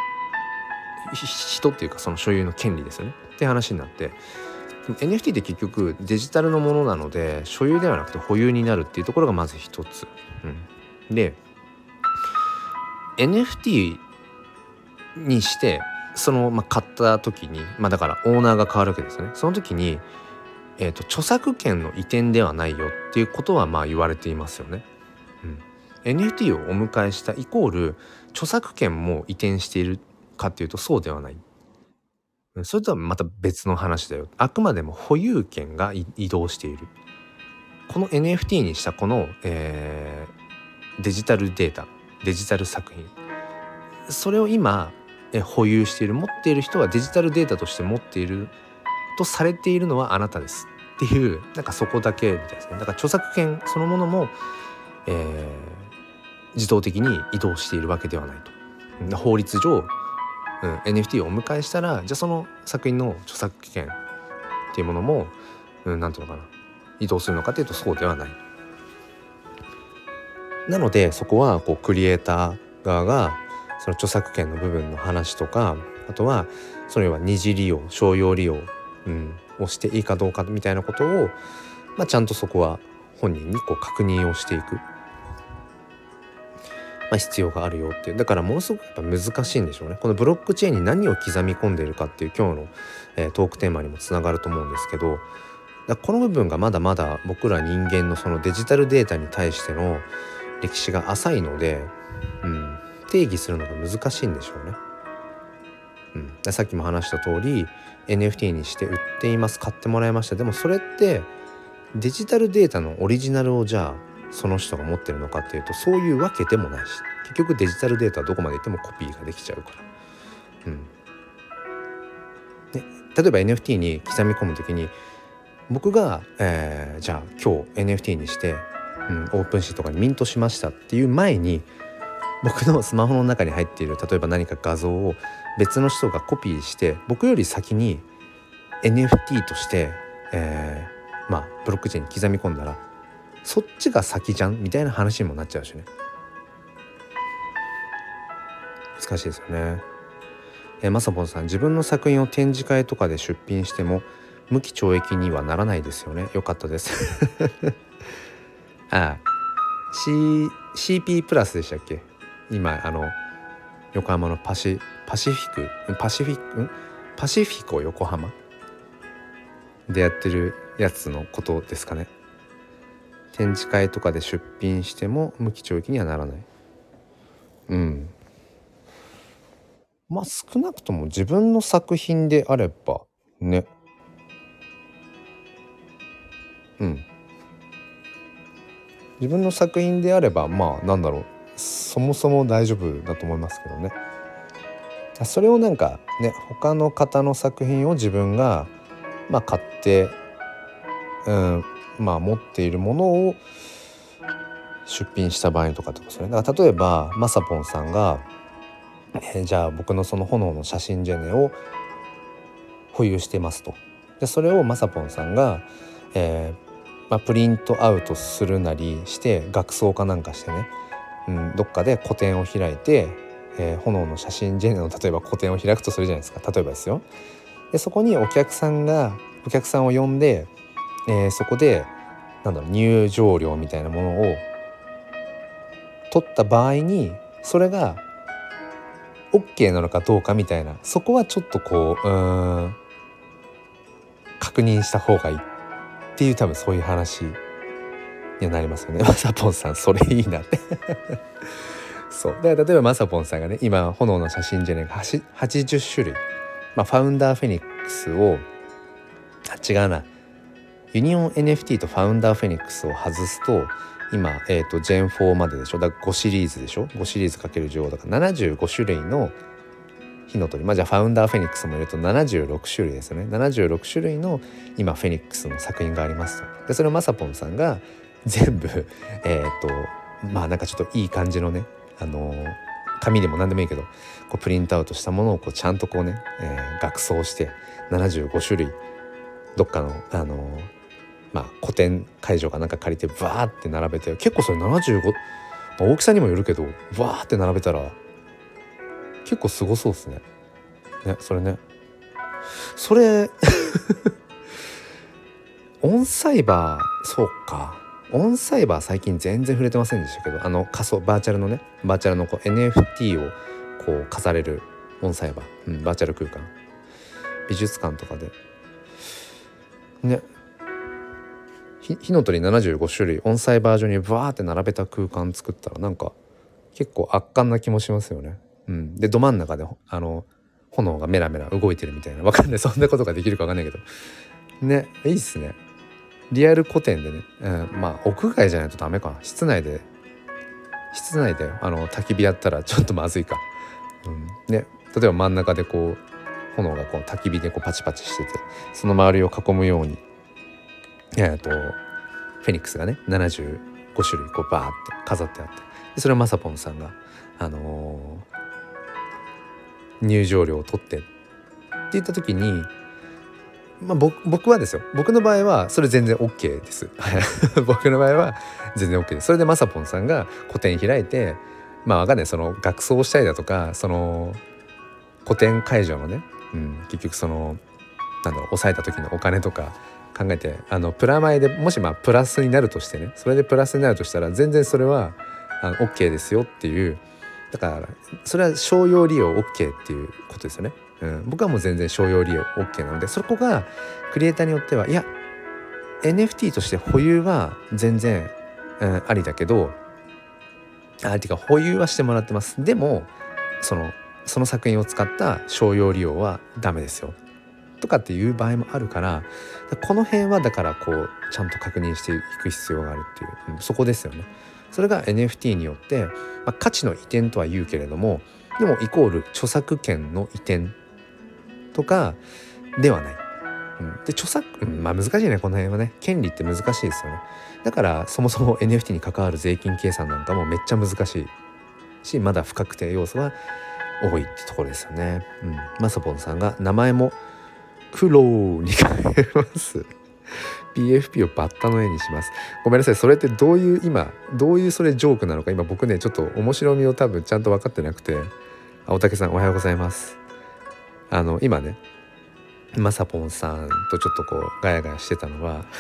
人っていうか、その所有の権利ですよねって話になって、NFT って結局デジタルのものなので所有ではなくて保有になるっていうところがまず一つ、で NFT にして買った時に、だからオーナーが変わるわけですよね。その時に、著作権の移転ではないよっていうことは言われていますよね。NFT をお迎えしたイコール著作権も移転しているかっていうとそうではない。それとはまた別の話だよ。あくまでも保有権が移動している。この NFT にしたこの、デジタルデータ、デジタル作品、それを今保有している、持っている人はデジタルデータとして持っているとされているのはあなたですっていう、なんかそこだけみたいですね。だから著作権そのものも、自動的に移動しているわけではないと。法律上、NFT をお迎えしたら、じゃあその作品の著作権っていうものも、なんていうのかな、移動するのかというとそうではない。なのでそこはこうクリエイター側がその著作権の部分の話とか、あとはそれは二次利用、商用利用、をしていいかどうかみたいなことを、ちゃんとそこは本人にこう確認をしていく、必要があるよっていう。だからものすごくやっぱ難しいんでしょうね。このブロックチェーンに何を刻み込んでいるかっていう今日の、トークテーマにもつながると思うんですけど、この部分がまだまだ僕ら人間のそのデジタルデータに対しての歴史が浅いので、定義するのが難しいんでしょうね。さっきも話した通り NFT にして売っています、買ってもらいました。でもそれってデジタルデータのオリジナルをじゃあその人が持ってるのかっていうとそういうわけでもないし、結局デジタルデータはどこまでいってもコピーができちゃうから、例えば NFT に刻み込むときに僕が、じゃあ今日 NFT にして、オープンシーとかにミントしましたっていう前に、僕のスマホの中に入っている例えば何か画像を別の人がコピーして僕より先に NFT として、ブロックチェーンに刻み込んだらそっちが先じゃんみたいな話にもなっちゃうしね。難しいですよね。まさぽんさん、自分の作品を展示会とかで出品しても無期懲役にはならないですよね。よかったですCP プラスでしたっけ、今横浜のパシフィコ横浜でやってるやつのことですかね。展示会とかで出品しても無期懲役にはならない。少なくとも自分の作品であればね、自分の作品であればそもそも大丈夫だと思いますけどね。それをなんかね、他の方の作品を自分が買って持っているものを出品した場合とかってことですね。だから例えばまさぽんさんが、じゃあ僕のその炎の写真ジェネを保有してますと。でそれをまさぽんさんが、プリントアウトするなりして額装かなんかしてね、 どっかで個展を開いて、炎の写真ジェネの例えば個展を開くとするじゃないですか。例えばですよ。でそこにお客さんを呼んで、そこで入場料みたいなものを取った場合にそれが OK なのかどうかみたいな、そこはちょっと確認した方がいいっていう、多分そういう話になりますよね。まさぽんさんそれいいなってそうで、例えばまさぽんさんがね今炎の写真ジェネが80種類、ファウンダーフェニックスを違うなユニオン NFT とファウンダーフェニックスを外すと今、ジェン4まででしょ。だから5シリーズでしょ。5シリーズかける10だから75種類の火の鳥、じゃあファウンダーフェニックスも入れると76種類ですよね。76種類の今フェニックスの作品がありますと。でそれをまさぽんさんが全部なんかちょっといい感じのね紙でも何でもいいけどプリントアウトしたものをちゃんと額装して75種類どっかの個展会場かなんか借りてバーって並べて、結構それ75、大きさにもよるけどバーって並べたら結構すごそうですね。それオンサイバー、そうか、オンサイバー最近全然触れてませんでしたけど、仮想バーチャルの NFT を飾れるオンサイバー、バーチャル空間美術館とかでね、火の鳥75種類オンサイバー上にバーって並べた空間作ったらなんか結構圧巻な気もしますよね。でど真ん中で炎がメラメラ動いてるみたいな、わかんない、そんなことができるかわかんないけどね、いいっすね。リアル個展でね、屋外じゃないとダメか。室内で焚き火やったらちょっとまずいか。例えば真ん中で炎が焚き火でパチパチしてて、その周りを囲むようにフェニックスがね75種類バーって飾ってあって、でそれをまさぽんさんが入場料を取ってって言った時に、僕はですよ、僕の場合はそれ全然 OK です僕の場合は全然 OK です。それでまさぽんさんが個展開いて、わかんない、その額装したりだとか、その個展会場のね、結局抑えた時のお金とか考えてプラマイでもしプラスになるとしてね、それでプラスになるとしたら全然それはOK ですよっていう、だからそれは商用利用 OK っていうことですよね。僕はもう全然商用利用 OK なので、そこがクリエイターによってはいや NFT として保有は全然、ありだけどてか保有はしてもらってます、でもその作品を使った商用利用はダメですよとかっていう場合もあるから、この辺はだからちゃんと確認していく必要があるっていう、そこですよね。それが NFT によって、価値の移転とは言うけれども、でもイコール著作権の移転とかではない。で著作、難しいね、この辺はね。権利って難しいですよね。だからそもそも NFT に関わる税金計算なんかもめっちゃ難しいし、まだ不確定要素が多いってところですよね。まさぽんさんが名前も黒に変えます。PFP をバッタの絵にします。ごめんなさい、それってどういうそれジョークなのか今僕ねちょっと面白みを多分ちゃんと分かってなくて。大竹さんおはようございます。今ねまさぽんさんとちょっとガヤガヤしてたのは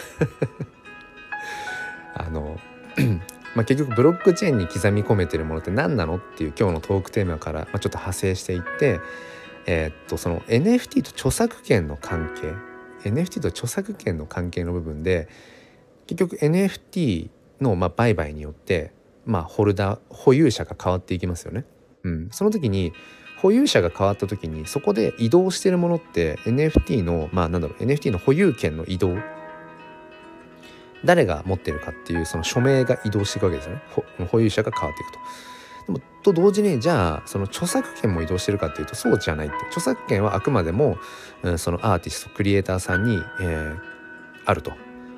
結局ブロックチェーンに刻み込めてるものって何なのっていう今日のトークテーマから、ちょっと派生していって、その NFT と著作権の関係 NFT と著作権の関係の部分で、結局 NFT の売買によって保有者が変わっていきますよね。その時に保有者が変わった時にそこで移動しているものって NFT のNFT の保有権の移動、誰が持ってるかっていうその署名が移動していくわけですよね。保有者が変わっていくと。でもと同時にじゃあその著作権も移動してるかっていうとそうじゃないって。著作権はあくまでも、そのアーティストクリエイターさんに、あると。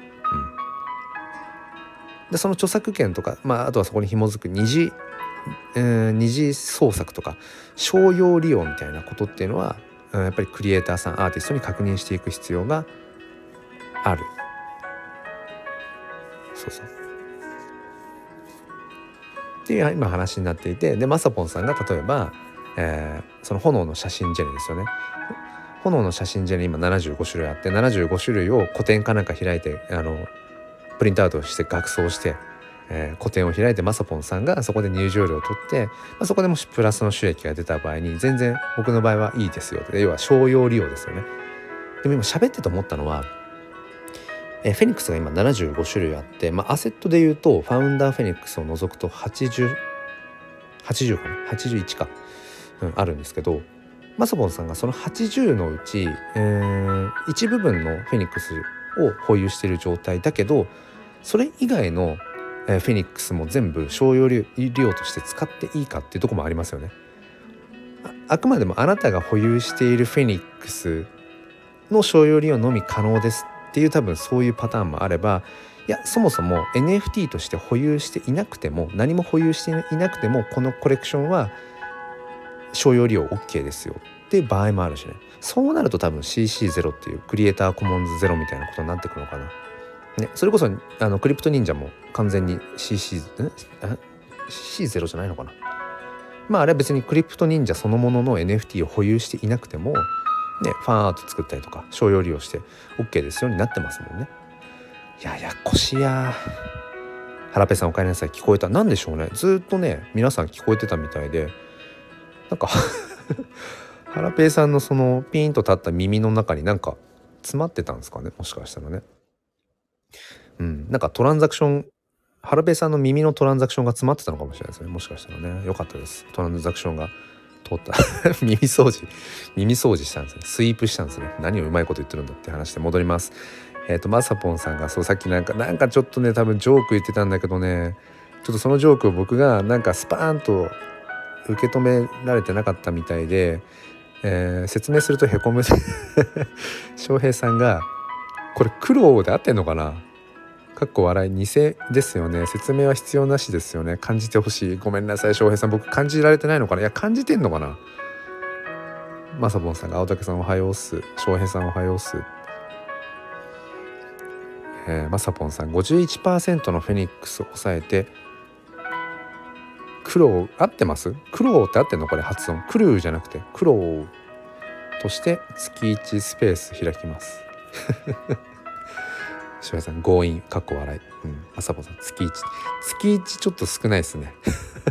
でその著作権とか、あとはそこに紐づく二次創作とか商用利用みたいなことっていうのは、やっぱりクリエイターさんアーティストに確認していく必要がある。そうっていう今話になっていて、でまさぽんさんが例えば、その炎の写真ジェネですよね。炎の写真ジェネ今75種類あって、75種類を個展かなんか開いてプリントアウトして額装して、個展を開いてまさぽんさんがそこで入場料を取って、そこでもしプラスの収益が出た場合に全然僕の場合はいいですよ。要は商用利用ですよね。でも今喋ってて思ったのは、フェニックスが今75種類あって、アセットでいうとファウンダーフェニックスを除くと80かな81か、あるんですけど、まさぽんさんがその80のうち、一部分のフェニックスを保有している状態だけど、それ以外のフェニックスも全部商用利用として使っていいかっていうところもありますよね。あくまでもあなたが保有しているフェニックスの商用利用のみ可能ですっていう、多分そういうパターンもあれば、いやそもそも NFT として保有していなくても、何も保有していなくてもこのコレクションは商用利用 OK ですよっていう場合もあるしね。そうなると多分 CC0 っていうクリエイターコモンズゼロみたいなことになってくるのかな、ね、それこそクリプト忍者も完全に CC0 じゃないのかな。あれは別にクリプト忍者そのものの NFT を保有していなくても、ファンアート作ったりとか商用利用して OK ですよになってますもんね。ややこしや。ハラペさんお帰りなさい。聞こえた。なんでしょうね、ずっとね皆さん聞こえてたみたいで、なんかハラペさんのそのピーンと立った耳の中になんか詰まってたんですかね、もしかしたらね。なんかトランザクション、ハラペさんの耳のトランザクションが詰まってたのかもしれないですね、もしかしたらね。よかったです、トランザクションが通った耳掃除したんですね。スイープしたんですね。何をうまいこと言ってるんだって話で戻ります。まさぽんさんがそうさっきなんかちょっとね多分ジョーク言ってたんだけどね、ちょっとそのジョークを僕がなんかスパーンと受け止められてなかったみたいで、説明するとへこむ翔平さんがこれ苦労で合ってんのかな、かっこ笑い、偽ですよね、説明は必要なしですよね、感じてほしい。ごめんなさい翔平さん、僕感じられてないのかな。いや感じてんのかな。まさぼんさんが青竹さんおはようっす、翔平さんおはようっす。まさぽんさん 51% のフェニックスを抑えて苦労合ってます？苦労って合ってんのこれ発音。クルーじゃなくて苦労として月1スペース開きます翔平さん強引かっこ笑い。まさぽんさん月1ちょっと少ないですね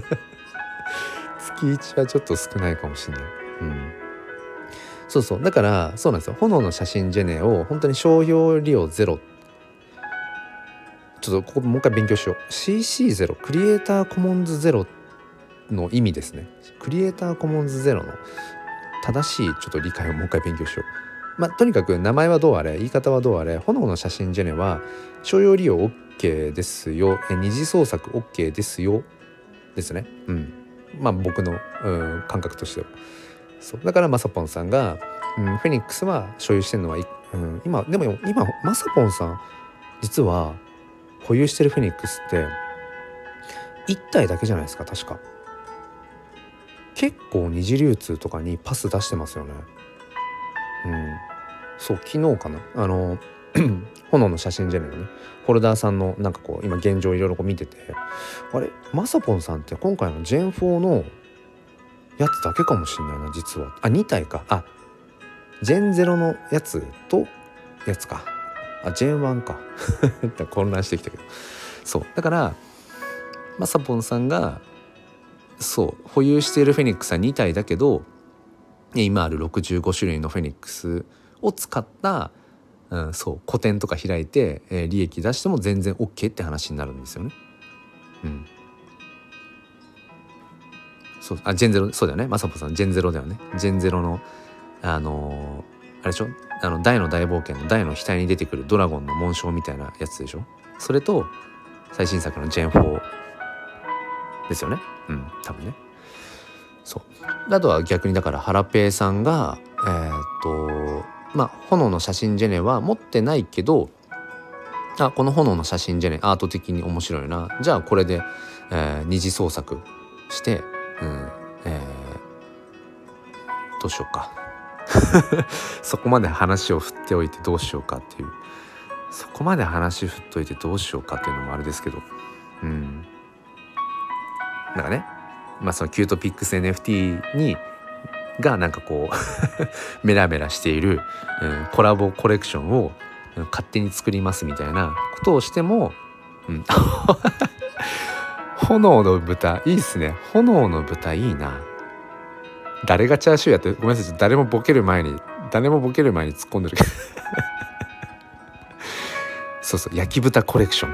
月1はちょっと少ないかもしれない。そうだからそうなんですよ。炎の写真ジェネを本当に商用利用ゼロ、ちょっとここもう一回勉強しよう。 CC0 クリエイターコモンズゼロの意味ですね。クリエイターコモンズゼロの正しいちょっと理解をもう一回勉強しよう。とにかく名前はどうあれ言い方はどうあれ、炎の写真ジェネは商用利用 OK ですよ、二次創作 OK ですよですね。僕の感覚としてはそうだからまさぽんさんが、フェニックスは所有してるのは、今まさぽんさん実は保有してるフェニックスって1体だけじゃないですか確か。結構二次流通とかにパス出してますよね。そう昨日かな炎の写真ジェネのねホルダーさんのなんかこう今現状いろいろ見てて、あれまさぽんさんって今回のジェン4のやつだけかもしれないな実は。2体か。ジェン0のやつとやつか。ジェン1か混乱してきたけど、そうだからまさぽんさんがそう保有しているフェニックスは2体だけど、今ある65種類のフェニックスを使った、個展とか開いて、利益出しても全然 OK って話になるんですよね。そうジェンゼロそうだよね。まさぽんさんジェンゼロだよね。ジェンゼロのあれでしょ、大の大冒険の大の額に出てくるドラゴンの紋章みたいなやつでしょ。それと最新作のジェン4ですよね。多分ね。そうあとは逆にだからハラペーさんが炎の写真ジェネは持ってないけど、この炎の写真ジェネアート的に面白いな、じゃあこれで、二次創作して、どうしようかそこまで話を振っておいてどうしようかっていう、そこまで話振っといてどうしようかっていうのもあれですけど、 なんかね、そのキュートピックス NFT にがなんかこうメラメラしている、コラボコレクションを勝手に作りますみたいなことをしても、炎の豚いいっすね。炎の豚いいな。誰がチャーシューやって、ごめんなさい、誰もボケる前に突っ込んでるけどそうそう、焼き豚コレクション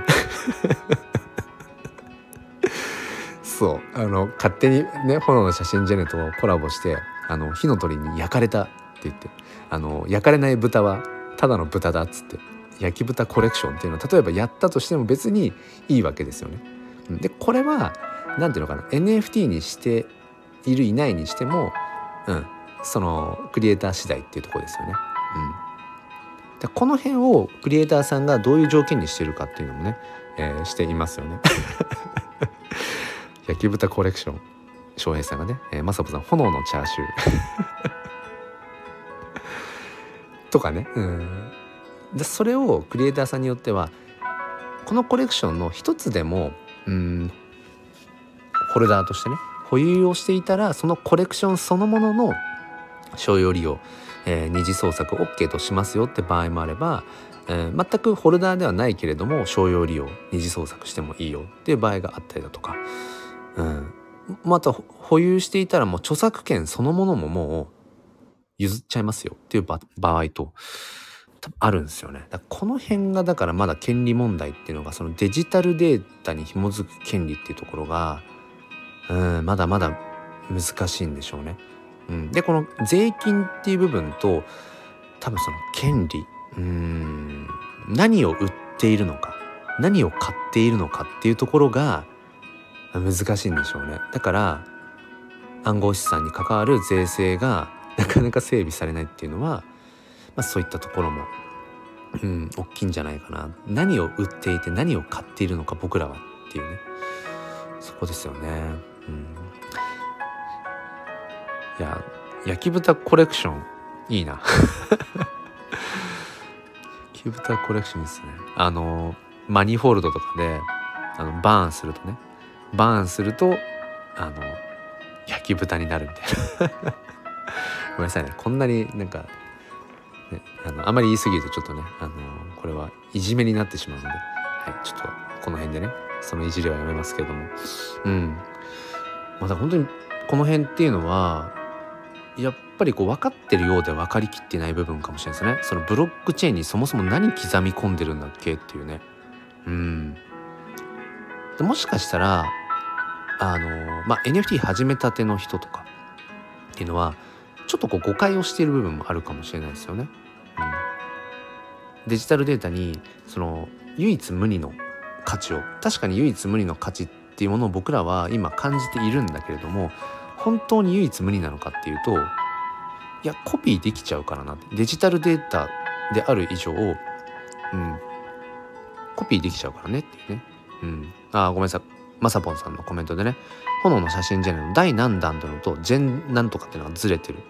そう勝手にね、炎の写真ジェネとコラボして火の鳥に焼かれたって言って、焼かれない豚はただの豚だっつって焼き豚コレクションっていうのを例えばやったとしても別にいいわけですよね。でこれはなんていうのかな、 NFT にしているいないにしても、そのクリエイター次第っていうところですよね。でこの辺をクリエイターさんがどういう条件にしてるかっていうのもね、していますよね焼き豚コレクション、翔平さんがね、まさぽさん炎のチャーシューとかね、でそれをクリエイターさんによってはこのコレクションの一つでもホルダーとしてね保有をしていたら、そのコレクションそのものの商用利用、二次創作 OK としますよって場合もあれば、全くホルダーではないけれども商用利用二次創作してもいいよっていう場合があったりだとか、また保有していたらもう著作権そのものももう譲っちゃいますよっていう場合と多分あるんですよね。だからこの辺がだからまだ権利問題っていうのが、そのデジタルデータに紐づく権利っていうところがまだまだ難しいんでしょうね。でこの税金っていう部分と多分その権利、何を売っているのか何を買っているのかっていうところが難しいんでしょうね。だから暗号資産に関わる税制がなかなか整備されないっていうのは、そういったところも大きいんじゃないかな。何を売っていて何を買っているのか僕らはっていうね、そこですよね。いや焼き豚コレクションいいな焼き豚コレクションですね。マニフォールドとかでバーンすると焼き豚になるみたいなごめんなさいね、こんなになんか、ね、あまり言い過ぎるとちょっとねこれはいじめになってしまうので、ちょっとこの辺でねそのいじりはやめますけれども、まだ本当にこの辺っていうのはやっぱりこう分かってるようで分かりきってない部分かもしれないですね。そのブロックチェーンにそもそも何刻み込んでるんだっけっていうね。でもしかしたらNFT 始めたての人とかっていうのはちょっとこう誤解をしている部分もあるかもしれないですよね。デジタルデータにその唯一無二の価値を、確かに唯一無二の価値っていうものを僕らは今感じているんだけれども、本当に唯一無二なのかっていうと、いやコピーできちゃうからな、デジタルデータである以上、コピーできちゃうからねっていうね。ごめんなさい、まさぽんさんのコメントでね、炎の写真ジェネの第何弾とのとジェンなんとかっていうのがずれてる。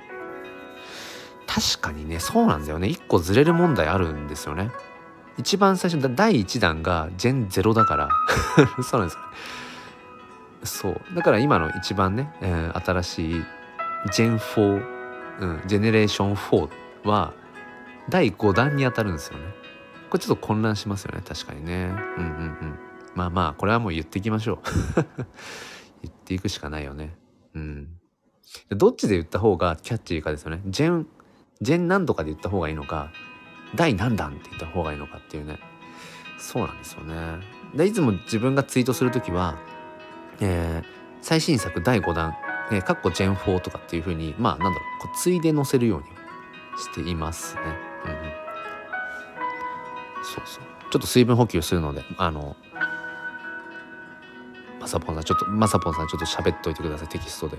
確かにね、そうなんだよね。一個ずれる問題あるんですよね。一番最初第1弾がジェン0だからそうなんですよね。そうだから今の一番ね、新しいジェン4、ジェネレーション4は第5弾に当たるんですよね。これちょっと混乱しますよね、確かにね。これはもう言っていきましょう言っていくしかないよね。どっちで言った方がキャッチーかですよね。ジェン何とかで言った方がいいのか、第何弾って言った方がいいのかっていうね。そうなんですよね。でいつも自分がツイートするときは、最新作第5弾かっこジェン4とかっていう風にこうついで載せるようにしていますね。そうちょっと水分補給するのでまさぽんさんちょっと喋っといてください、テキストで。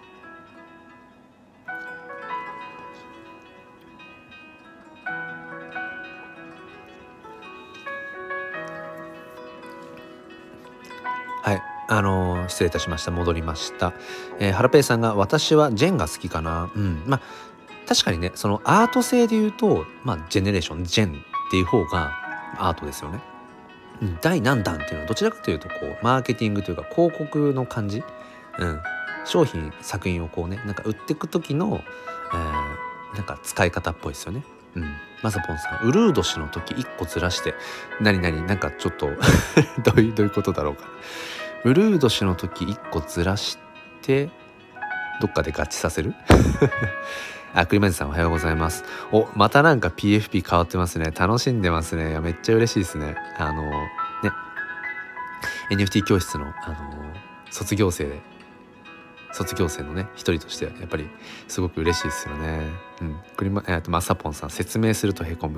失礼いたしました。戻りました。ハラペイさんが私はジェンが好きかな。確かにね、そのアート性で言うとジェネレーションジェンっていう方がアートですよね。 第何弾っていうのはどちらかというとこうマーケティングというか広告の感じ、商品作品をこうねなんか売っていく時の、なんか使い方っぽいですよね。まさぽんさん、ウルー年の時1個ずらして何なんかちょっとどういうことだろうか。ウルー年の時1個ずらしてどっかで合致させるクリマジさんおはようございます。またなんか PFP 変わってますね。楽しんでますね。いやめっちゃ嬉しいですね。NFT 教室の、卒業生のね一人としてやっぱりすごく嬉しいですよね。マサポンさん、説明するとへこむ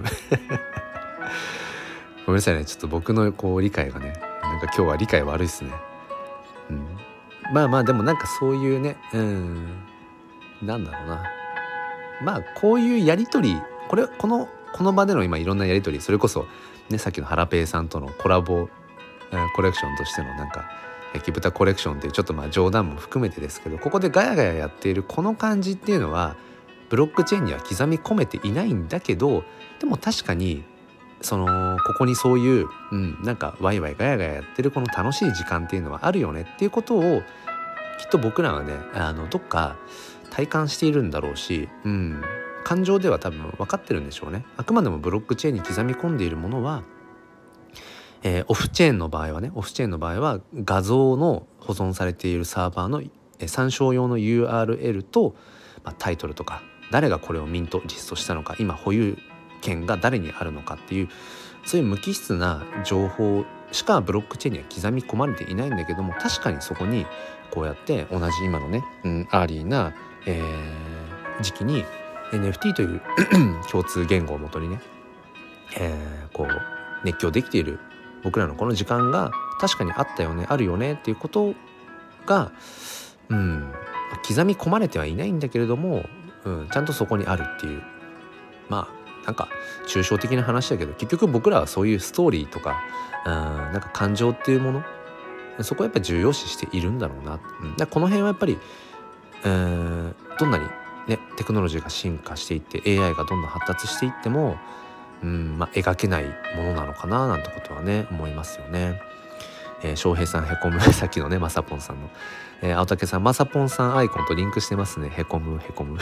ごめんなさいね、ちょっと僕のこう理解がねなんか今日は理解悪いですね。まあでもなんかそういうねなんだろうな、こういうやり取り、この場での今いろんなやり取り、それこそねさっきのハラペイさんとのコラボ、コレクションとしてのなんか焼き豚コレクションっていうちょっと冗談も含めてですけど、ここでガヤガヤやっているこの感じっていうのはブロックチェーンには刻み込めていないんだけど、でも確かにここにそういう、なんかワイワイガヤガヤやってるこの楽しい時間っていうのはあるよねっていうことをきっと僕らはねどっか体感しているんだろうし、感情では多分分かってるんでしょうね。あくまでもブロックチェーンに刻み込んでいるものは、オフチェーンの場合は画像の保存されているサーバーの参照用の URL と、タイトルとか誰がこれをミントリストしたのか、今保有権が誰にあるのかっていうそういう無機質な情報しかブロックチェーンには刻み込まれていないんだけども、確かにそこにこうやって同じ今のね、アーリーな、時期に NFT という共通言語をもとにね、こう熱狂できている僕らのこの時間が確かにあったよね、あるよねっていうことが、刻み込まれてはいないんだけれども、ちゃんとそこにあるっていう、なんか抽象的な話だけど、結局僕らはそういうストーリーとかなんか感情っていうもの、そこはやっぱり重要視しているんだろうな。だこの辺はやっぱりどんなにねテクノロジーが進化していって AI がどんどん発達していっても描けないものなのかななんてことはね思いますよね。翔平さんへこむさっきのねまさぽんさんの、青竹さんまさぽんさんアイコンとリンクしてますね。へこむ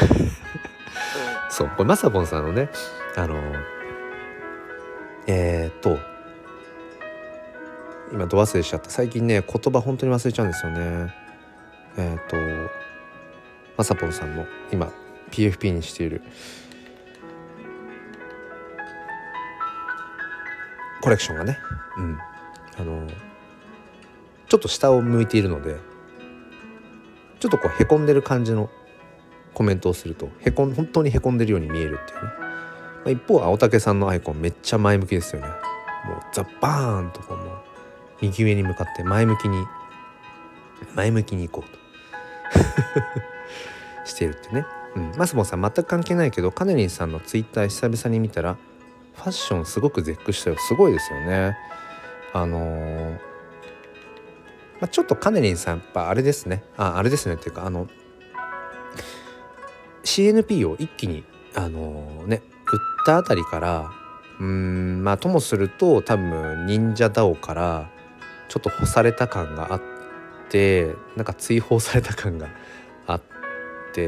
そう、これまさぽんさんのね今ど忘れしちゃった。最近ね言葉本当に忘れちゃうんですよね。まさぽんさんの今 PFP にしているコレクションがね、ちょっと下を向いているので、ちょっとこうへこんでる感じのコメントをすると本当にへこんでるように見えるっていうね。一方青竹さんのアイコンめっちゃ前向きですよね。もうザッバーンとこうもう右上に向かって前向きに行こうとしているってね。マスボンさん全く関係ないけどカネリンさんのツイッター久々に見たらファッションすごく絶句したよ。すごいですよね。ちょっとカネリンさんやっぱあれですねっていうかCNP を一気に売ったあたりからともすると多分忍者ダオからちょっと干された感があって、なんか追放された感があって、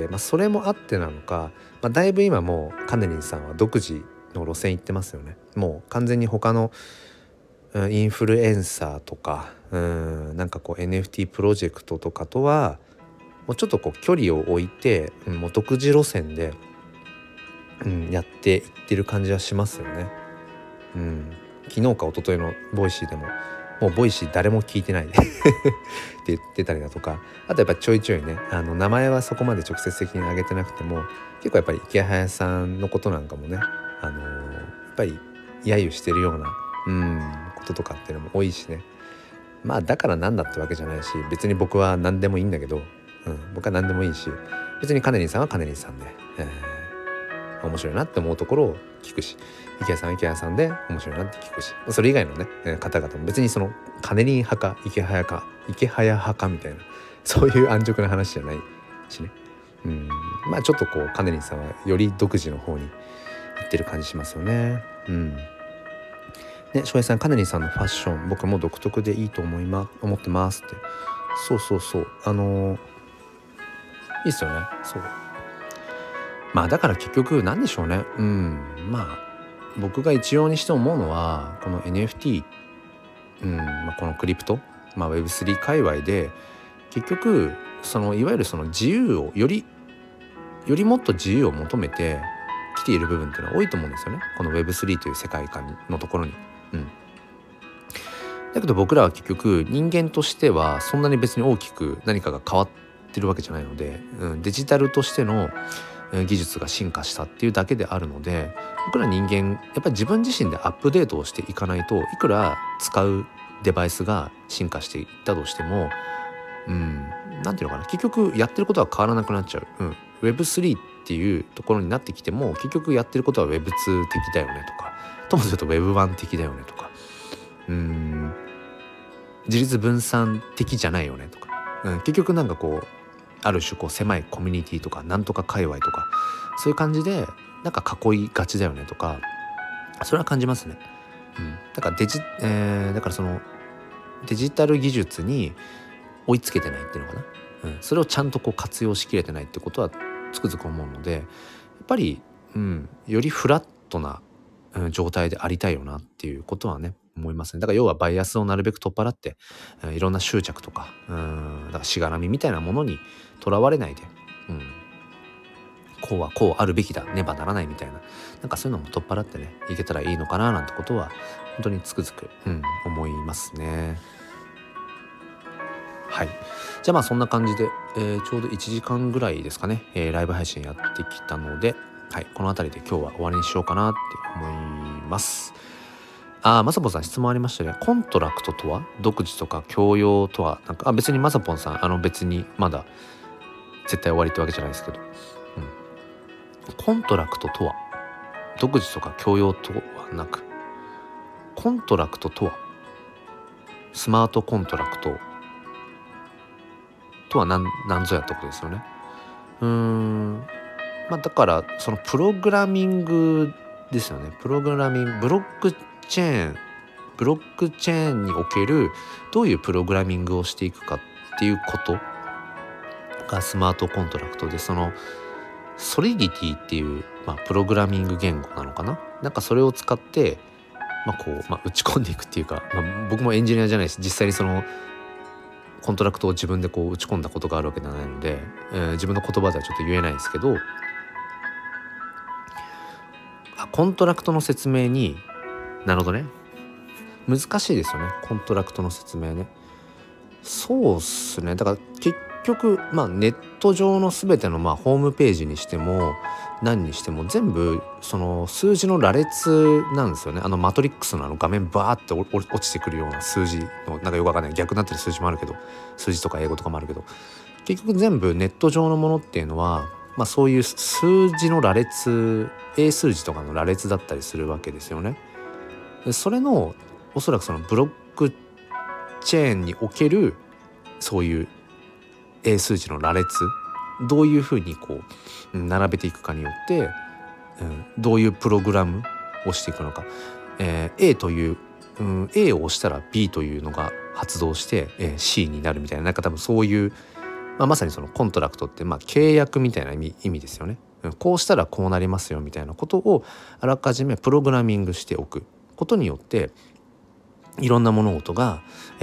それもあってなのか、だいぶ今もうカネリンさんは独自の路線行ってますよね。もう完全に他のインフルエンサーとかなんかこう NFT プロジェクトとかとはもうちょっとこう距離を置いて、もう独自路線で、やっていってる感じはしますよね。昨日か一昨日のボイシーでももうボイシー誰も聞いてないって言ってたりだとか、あとやっぱちょいちょいね名前はそこまで直接的に挙げてなくても結構やっぱり池早さんのことなんかもねやっぱり揶揄してるようなこととかっていうのも多いしね。だからなんだってわけじゃないし、別に僕は何でもいいんだけど、僕は何でもいいし、別にカネリンさんはカネリンさんで、面白いなって思うところを聞くし、池谷さんは池谷さんで面白いなって聞くし、それ以外のね、方々も別にそのカネリン派か池早派かみたいなそういう安直な話じゃないしね。ちょっとこうカネリンさんはより独自の方に行ってる感じしますよね。 ね、翔平さん、カネリンさんのファッション僕も独特でいいと思ってますって。そういいっすよね。そう、まあだから結局なんでしょうね。まあ僕が一様にして思うのはこの NFT、このクリプト、Web3 界隈で結局そのいわゆるその自由をよりもっと自由を求めてきている部分っていうのは多いと思うんですよね、この Web3 という世界観のところに。だけど僕らは結局人間としてはそんなに別に大きく何かが変わってるわけじゃないので、デジタルとしての技術が進化したっていうだけであるので、僕ら人間やっぱり自分自身でアップデートをしていかないと、いくら使うデバイスが進化していったとしても、なんていうのかな、結局やってることは変わらなくなっちゃう。Web3 っていうところになってきても結局やってることは Web2 的だよねとか、ともすると Web1 的だよねとか、自立分散的じゃないよねとか、結局なんかこうある種こう狭いコミュニティとかなんとか界隈とかそういう感じでなんか囲いがちだよねとか、それは感じますね。だからだからそのデジタル技術に追いつけてないっていうのかな、それをちゃんとこう活用しきれてないってことはつくづく思うので、やっぱり、よりフラットな、状態でありたいよなっていうことはね思いますね。だから要はバイアスをなるべく取っ払って、いろんな執着とか、だからしがらみみたいなものにとらわれないで、こうはこうあるべきだねばならないみたいな、なんかそういうのも取っ払ってねいけたらいいのかななんてことは本当につくづく、思いますね。はい、じゃあまあそんな感じで、ちょうど1時間ぐらいですかね、ライブ配信やってきたので、この辺りで今日は終わりにしようかなって思います。まさぽんさん質問ありましたね。コントラクトとは、独自とか強要とは、なんか別にまさぽんさん別にまだ絶対終わりってわけじゃないですけど、コントラクトとは独自とか強要とはなく、コントラクトとはスマートコントラクトとは何ぞやってことですよね。だからそのプログラミングですよね。ブロックチェーンにおけるどういうプログラミングをしていくかっていうことがスマートコントラクトで、そのソリディティっていう、プログラミング言語なのかな、なんかそれを使って打ち込んでいくっていうか、僕もエンジニアじゃないし実際にそのコントラクトを自分でこう打ち込んだことがあるわけではないので、自分の言葉ではちょっと言えないんですけど、コントラクトの説明になるほどね、難しいですよね、コントラクトの説明ね。そうっすね。だから結局ネット上の全てのホームページにしても何にしても全部その数字の羅列なんですよね。マトリックスの画面バーって落ちてくるような数字の、なんかよくわかんない逆になってる数字もあるけど、数字とか英語とかもあるけど、結局全部ネット上のものっていうのはそういう数字の羅列、英数字とかの羅列だったりするわけですよね。でそれのおそらくそのブロックチェーンにおけるそういう英数字の羅列、どういうふうにこう並べていくかによって、どういうプログラムをしていくのか、A という、A を押したら B というのが発動して、C になるみたいな、なんか多分そういう、まさにそのコントラクトって契約みたいな意味ですよね。こうしたらこうなりますよみたいなことをあらかじめプログラミングしておくことによっていろんな物事が、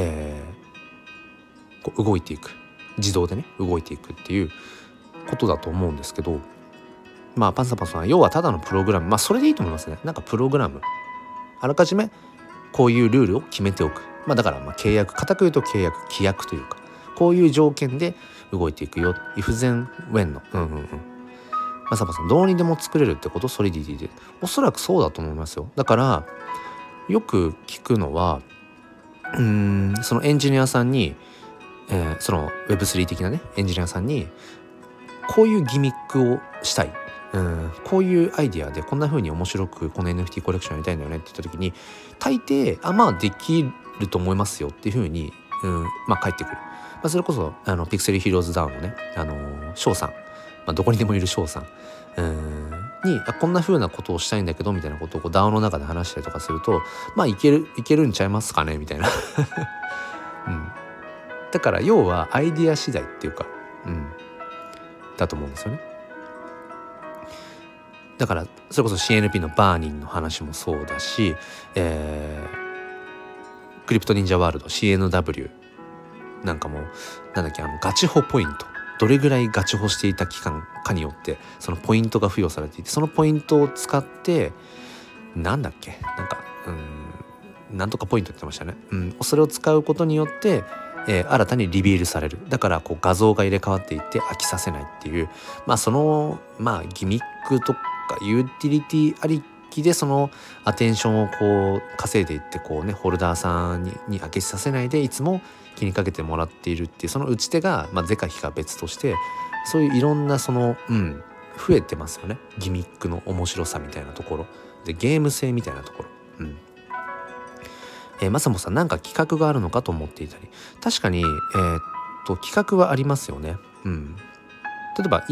こう動いていく、自動でね動いていくっていうことだと思うんですけど、パンサパンさんは要はただのプログラム、それでいいと思いますね。なんかプログラムあらかじめこういうルールを決めておく、だから契約、固く言うと契約、規約というか、こういう条件で動いていくよ、if then when のマサパさん、どうにでも作れるってこと、ソリディティで。おそらくそうだと思いますよ。だからよく聞くのはそのエンジニアさんに、その Web3 的なねエンジニアさんにこういうギミックをしたい、こういうアイディアでこんな風に面白くこの NFT コレクションやりたいんだよねって言った時に、大抵できると思いますよっていう風に、返ってくる。それこそピクセルヒーローズダウンのね翔さんどこにでもいる翔さんにこんな風なことをしたいんだけどみたいなことをDAO の中で話したりとかするといけるんちゃいますかねみたいな、だから要はアイディア次第っていうか、だと思うんですよね。だからそれこそ CNP のバーニンの話もそうだし、クリプト忍者ワールド CNW なんかもガチホポイント、どれぐらいガチホしていた期間かによってそのポイントが付与されていて、そのポイントを使ってなんとかポイントって言ってましたね、それを使うことによって、新たにリビールされる。だから画像が入れ替わっていって飽きさせないっていうそのギミックとかユーティリティありきでそのアテンションを稼いでいってホルダーさんに飽きさせないでいつも気にかけてもらっているっていうその打ち手が是か非か別としてそういういろんな増えてますよね。ギミックの面白さみたいなところでゲーム性みたいなところ、まさもさんなんか企画があるのかと思っていたり、確かに企画はありますよね。例えば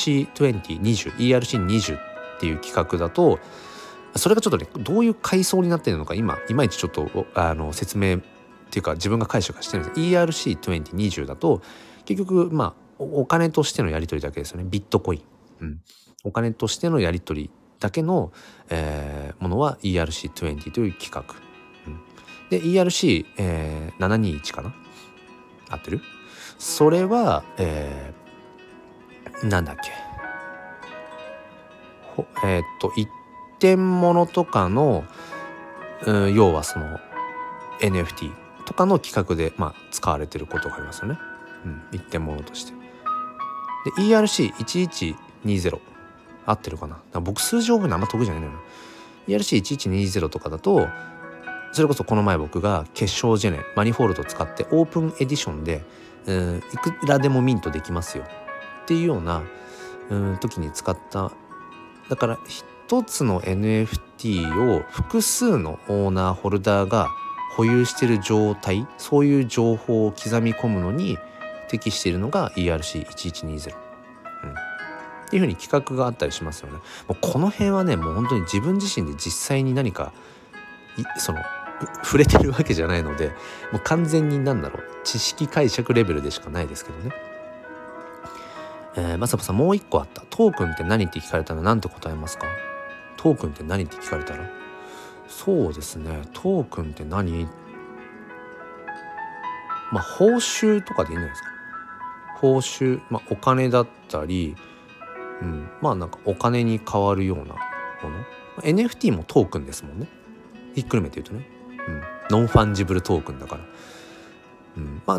ERC20 っていう企画だとそれがちょっとねどういう階層になっているのかいまいちちょっと説明っていうか自分が解釈してるんです。 ERC20 だと結局お金としてのやり取りだけですよね。ビットコイン、お金としてのやり取りだけの、ものは ERC20 という企画、で ERC721 かな、合ってる？それは、なんだっけ一点物とかの、要はその NFT とかの企画で使われてることがありますよね。一点物として。で ERC1120 合ってるかな。僕数字覚えるのあんま得意じゃないんだよな。ERC1120 とかだとそれこそこの前僕が結晶ジェネマニフォールドを使ってオープンエディションでいくらでもミントできますよっていうような時に使った。だから一つの NFT を複数のオーナーホルダーが保有している状態、そういう情報を刻み込むのに適しているのが ERC1120、っていう風に企画があったりしますよね。もうこの辺はねもう本当に自分自身で実際に何か触れてるわけじゃないのでもう完全に知識解釈レベルでしかないですけどね。まさぽさんもう一個あった。トークンって何って聞かれたら何て答えますか？トークンって何って聞かれたら、そうですね、トークンって何？報酬とかでいいんじゃないですか。報酬、お金だったり、お金に変わるようなもの、NFT もトークンですもんね。ひっくるめて言うとね、ノンファンジブルトークンだから、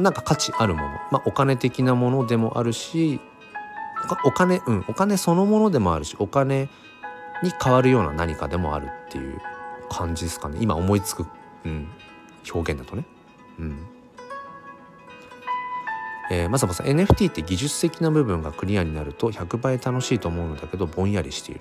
価値あるもの、お金的なものでもあるし、お金そのものでもあるし、お金に変わるような何かでもあるっていう感じですかね。今思いつく、表現だとね。まさまさん NFT って技術的な部分がクリアになると100倍楽しいと思うのだけどぼんやりしている。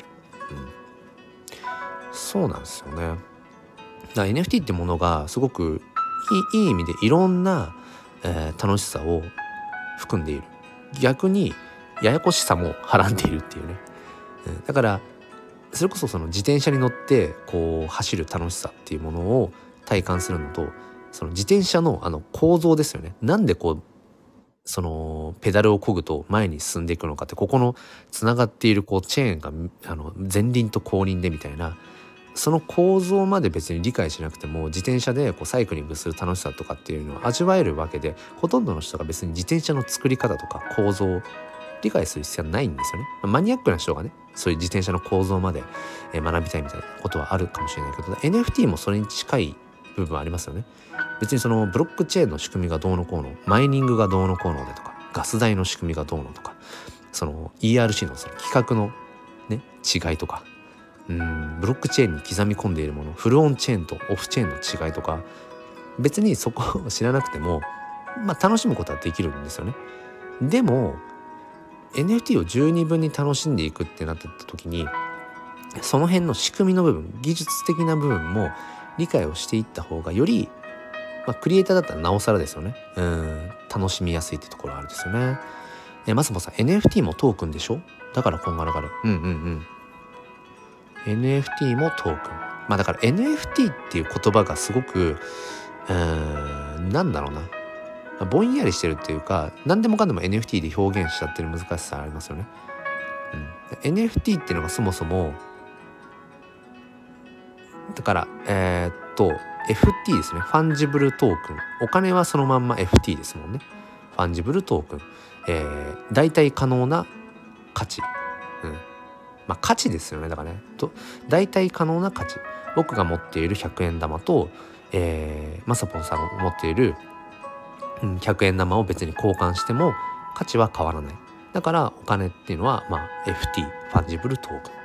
そうなんですよね。だから NFT ってものがすごくいい意味でいろんな、楽しさを含んでいる。逆にややこしさもはらんでいるっていうね、だからそれこそその自転車に乗って走る楽しさっていうものを体感するのと、その自転車の構造ですよね。なんでそのペダルを漕ぐと前に進んでいくのかって、ここのつながっているチェーンが前輪と後輪でみたいな、その構造まで別に理解しなくても自転車でサイクリングする楽しさとかっていうのを味わえるわけで、ほとんどの人が別に自転車の作り方とか構造を理解する必要はないんですよね。マニアックな人がねそういう自転車の構造まで学びたいみたいなことはあるかもしれないけど、 NFT もそれに近い部分はありますよね。別にそのブロックチェーンの仕組みがどうのこうの、マイニングがどうのこうのでとか、ガス代の仕組みがどうのとか、その ERC のその規格のね違いとか、ブロックチェーンに刻み込んでいるもの、フルオンチェーンとオフチェーンの違いとか、別にそこを知らなくても楽しむことはできるんですよね。でも NFT を十二分に楽しんでいくってなった時に、その辺の仕組みの部分、技術的な部分も理解をしていった方がより、クリエイターだったらなおさらですよね、楽しみやすいってところあるんですよね。 まさもさん NFT もトークンでしょ。だからこんがらがる。NFT もトークン。まあだから NFT っていう言葉がすごくなんだろうな、ぼんやりしてるっていうか、何でもかんでも NFT で表現しちゃってる難しさありますよね。NFT っていうのがそもそもだからFT ですね。ファンジブルトークン。お金はそのまんま FT ですもんね。ファンジブルトークン。代替可能な価値。まあ価値ですよね。だからね。代替可能な価値。僕が持っている100円玉と、まさぽんさんが持っている、100円玉を別に交換しても価値は変わらない。だからお金っていうのは、まあ、FT、ファンジブルトークン。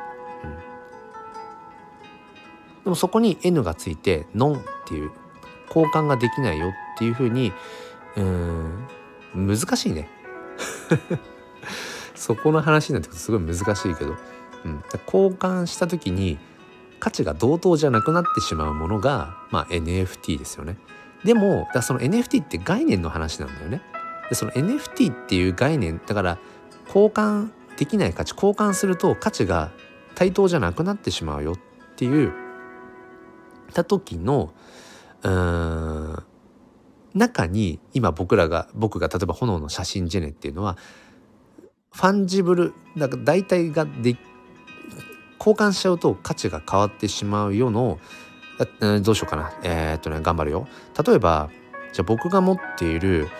でもそこに N がついてノンっていう交換ができないよっていう風に難しいねそこの話になってくるとすごい難しいけど、交換した時に価値が同等じゃなくなってしまうものが、まあ、NFT ですよね。でもその NFT って概念の話なんだよね。でその NFT っていう概念だから交換できない価値、交換すると価値が対等じゃなくなってしまうよっていうた時の中に今僕が例えば炎の写真ジェネっていうのはファンジブルだから代替が交換しちゃうと価値が変わってしまうよのどうしようかな頑張るよ。例えばじゃあ僕が持っている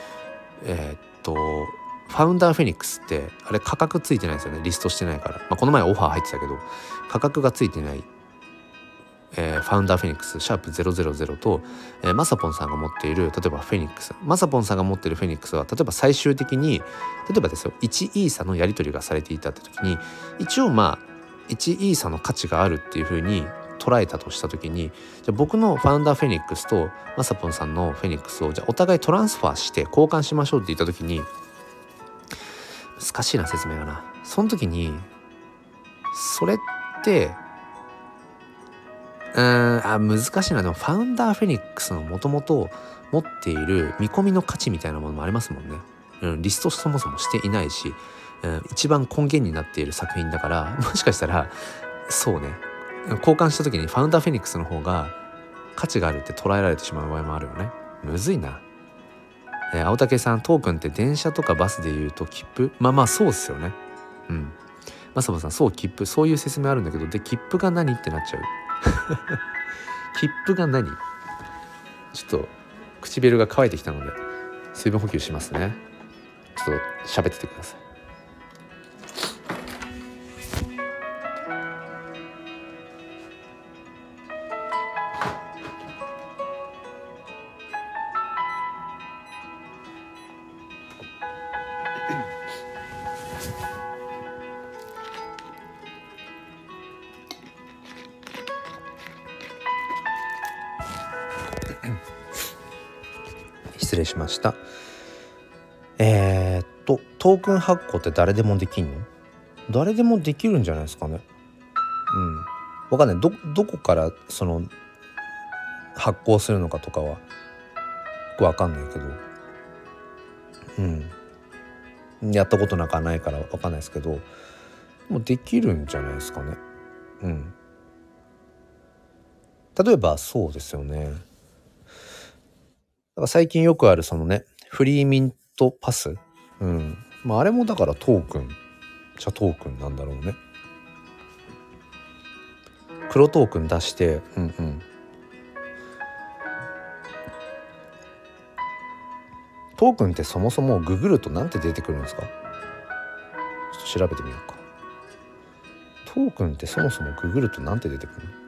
ファウンダーフェニックスってあれ価格ついてないですよね。リストしてないから、この前オファー入ってたけど価格がついてないファウンダーフェニックスシャープ000と、マサポンさんが持っている例えばフェニックス、マサポンさんが持っているフェニックスは例えば最終的に例えばですよ1イーサのやり取りがされていたって時に一応まあ1イーサの価値があるっていう風に捉えたとした時に、じゃあ僕のファウンダーフェニックスとマサポンさんのフェニックスをじゃあお互いトランスファーして交換しましょうって言った時に難しいな説明がな。その時にそれって難しいな。でもファウンダーフェニックスのもともと持っている見込みの価値みたいなものもありますもんね。リストそもそもしていないし、一番根源になっている作品だからもしかしたらそうね交換した時にファウンダーフェニックスの方が価値があるって捉えられてしまう場合もあるよね。むずいな。青竹さんトークンって電車とかバスで言うと切符、まあそうっすよね。マサボさんそう切符、そういう説明あるんだけどで切符が何ってなっちゃう切符が何？ちょっと唇が乾いてきたので水分補給しますね。ちょっと喋っててください。失礼しました。トークン発行って誰でもできんの？誰でもできるんじゃないですかね。わかんない。どこからその発行するのかとかはよくわかんないけど、やったことなんかないからわかんないですけど、もうできるんじゃないですかね。例えばそうですよね。だから最近よくあるそのねフリーミントパス、あれもだからトークンじゃトークンなんだろうね。黒トークン出してトークンってそもそもググるとなんて出てくるんですか？ちょっと調べてみようか。トークンってそもそもググるとなんて出てくるの？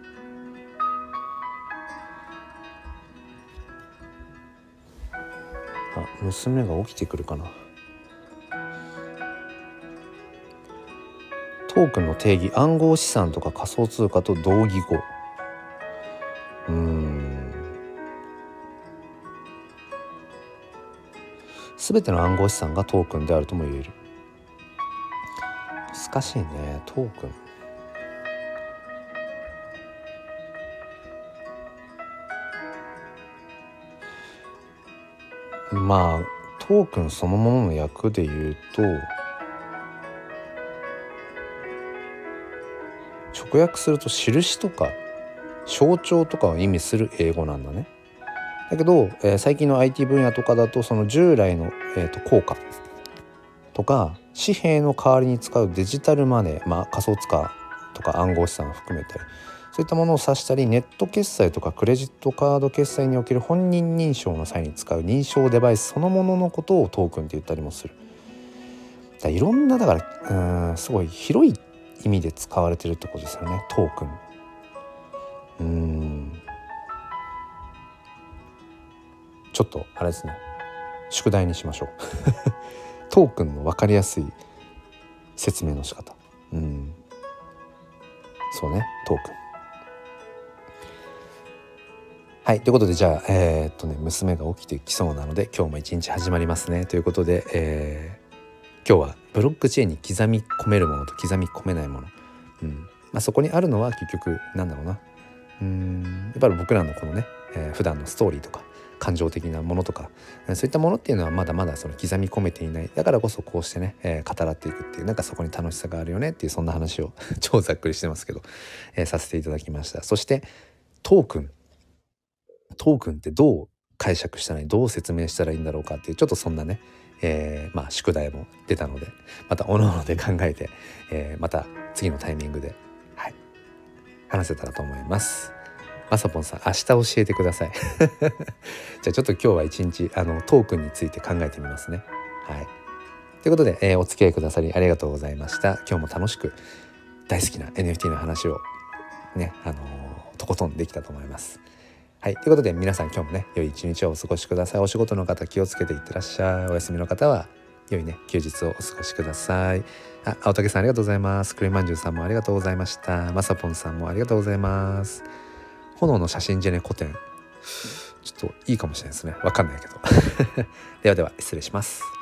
娘が起きてくるかな。トークンの定義、暗号資産とか仮想通貨と同義語。すべての暗号資産がトークンであるとも言える。難しいね、トークン。トトークンそのものの訳で言うと、直訳すると印とか象徴とかを意味する英語なんだね。だけど、最近の IT 分野とかだとその従来の、硬貨とか紙幣の代わりに使うデジタルマネー、仮想通貨とか暗号資産を含めたり、そういったものを指したり、ネット決済とかクレジットカード決済における本人認証の際に使う認証デバイスそのもののことをトークンって言ったりもする。いろんなだからすごい広い意味で使われてるってことですよね、トークン。ちょっとあれですね、宿題にしましょうトークンの分かりやすい説明の仕方。そうね、トークン。はい、ということでじゃあ娘が起きてきそうなので今日も一日始まりますねということで、今日はブロックチェーンに刻み込めるものと刻み込めないもの、そこにあるのは結局なんだろうな、やっぱり僕らのこのね、普段のストーリーとか感情的なものとか、そういったものっていうのはまだまだその刻み込めていない。だからこそこうしてね、語らっていくっていう、なんかそこに楽しさがあるよねっていうそんな話を超ざっくりしてますけど、させていただきました。そしてトークンってどう解釈したらいい、どう説明したらいいんだろうかっていうちょっとそんなね、宿題も出たので、またおのおので考えて、また次のタイミングで、話せたらと思います。まさぽんさん、明日教えてくださいじゃあちょっと今日は一日トークンについて考えてみますね。ということで、お付き合いくださりありがとうございました。今日も楽しく大好きな NFT の話をね、とことんできたと思います。ということで皆さん今日もね、良い一日をお過ごしください。お仕事の方気をつけていってらっしゃい。お休みの方は良いね休日をお過ごしください。青竹さんありがとうございます。クレまんじゅうさんもありがとうございました。まさぽんさんもありがとうございます。炎の写真ジェネ古典、ちょっといいかもしれないですね、わかんないけどではでは失礼します。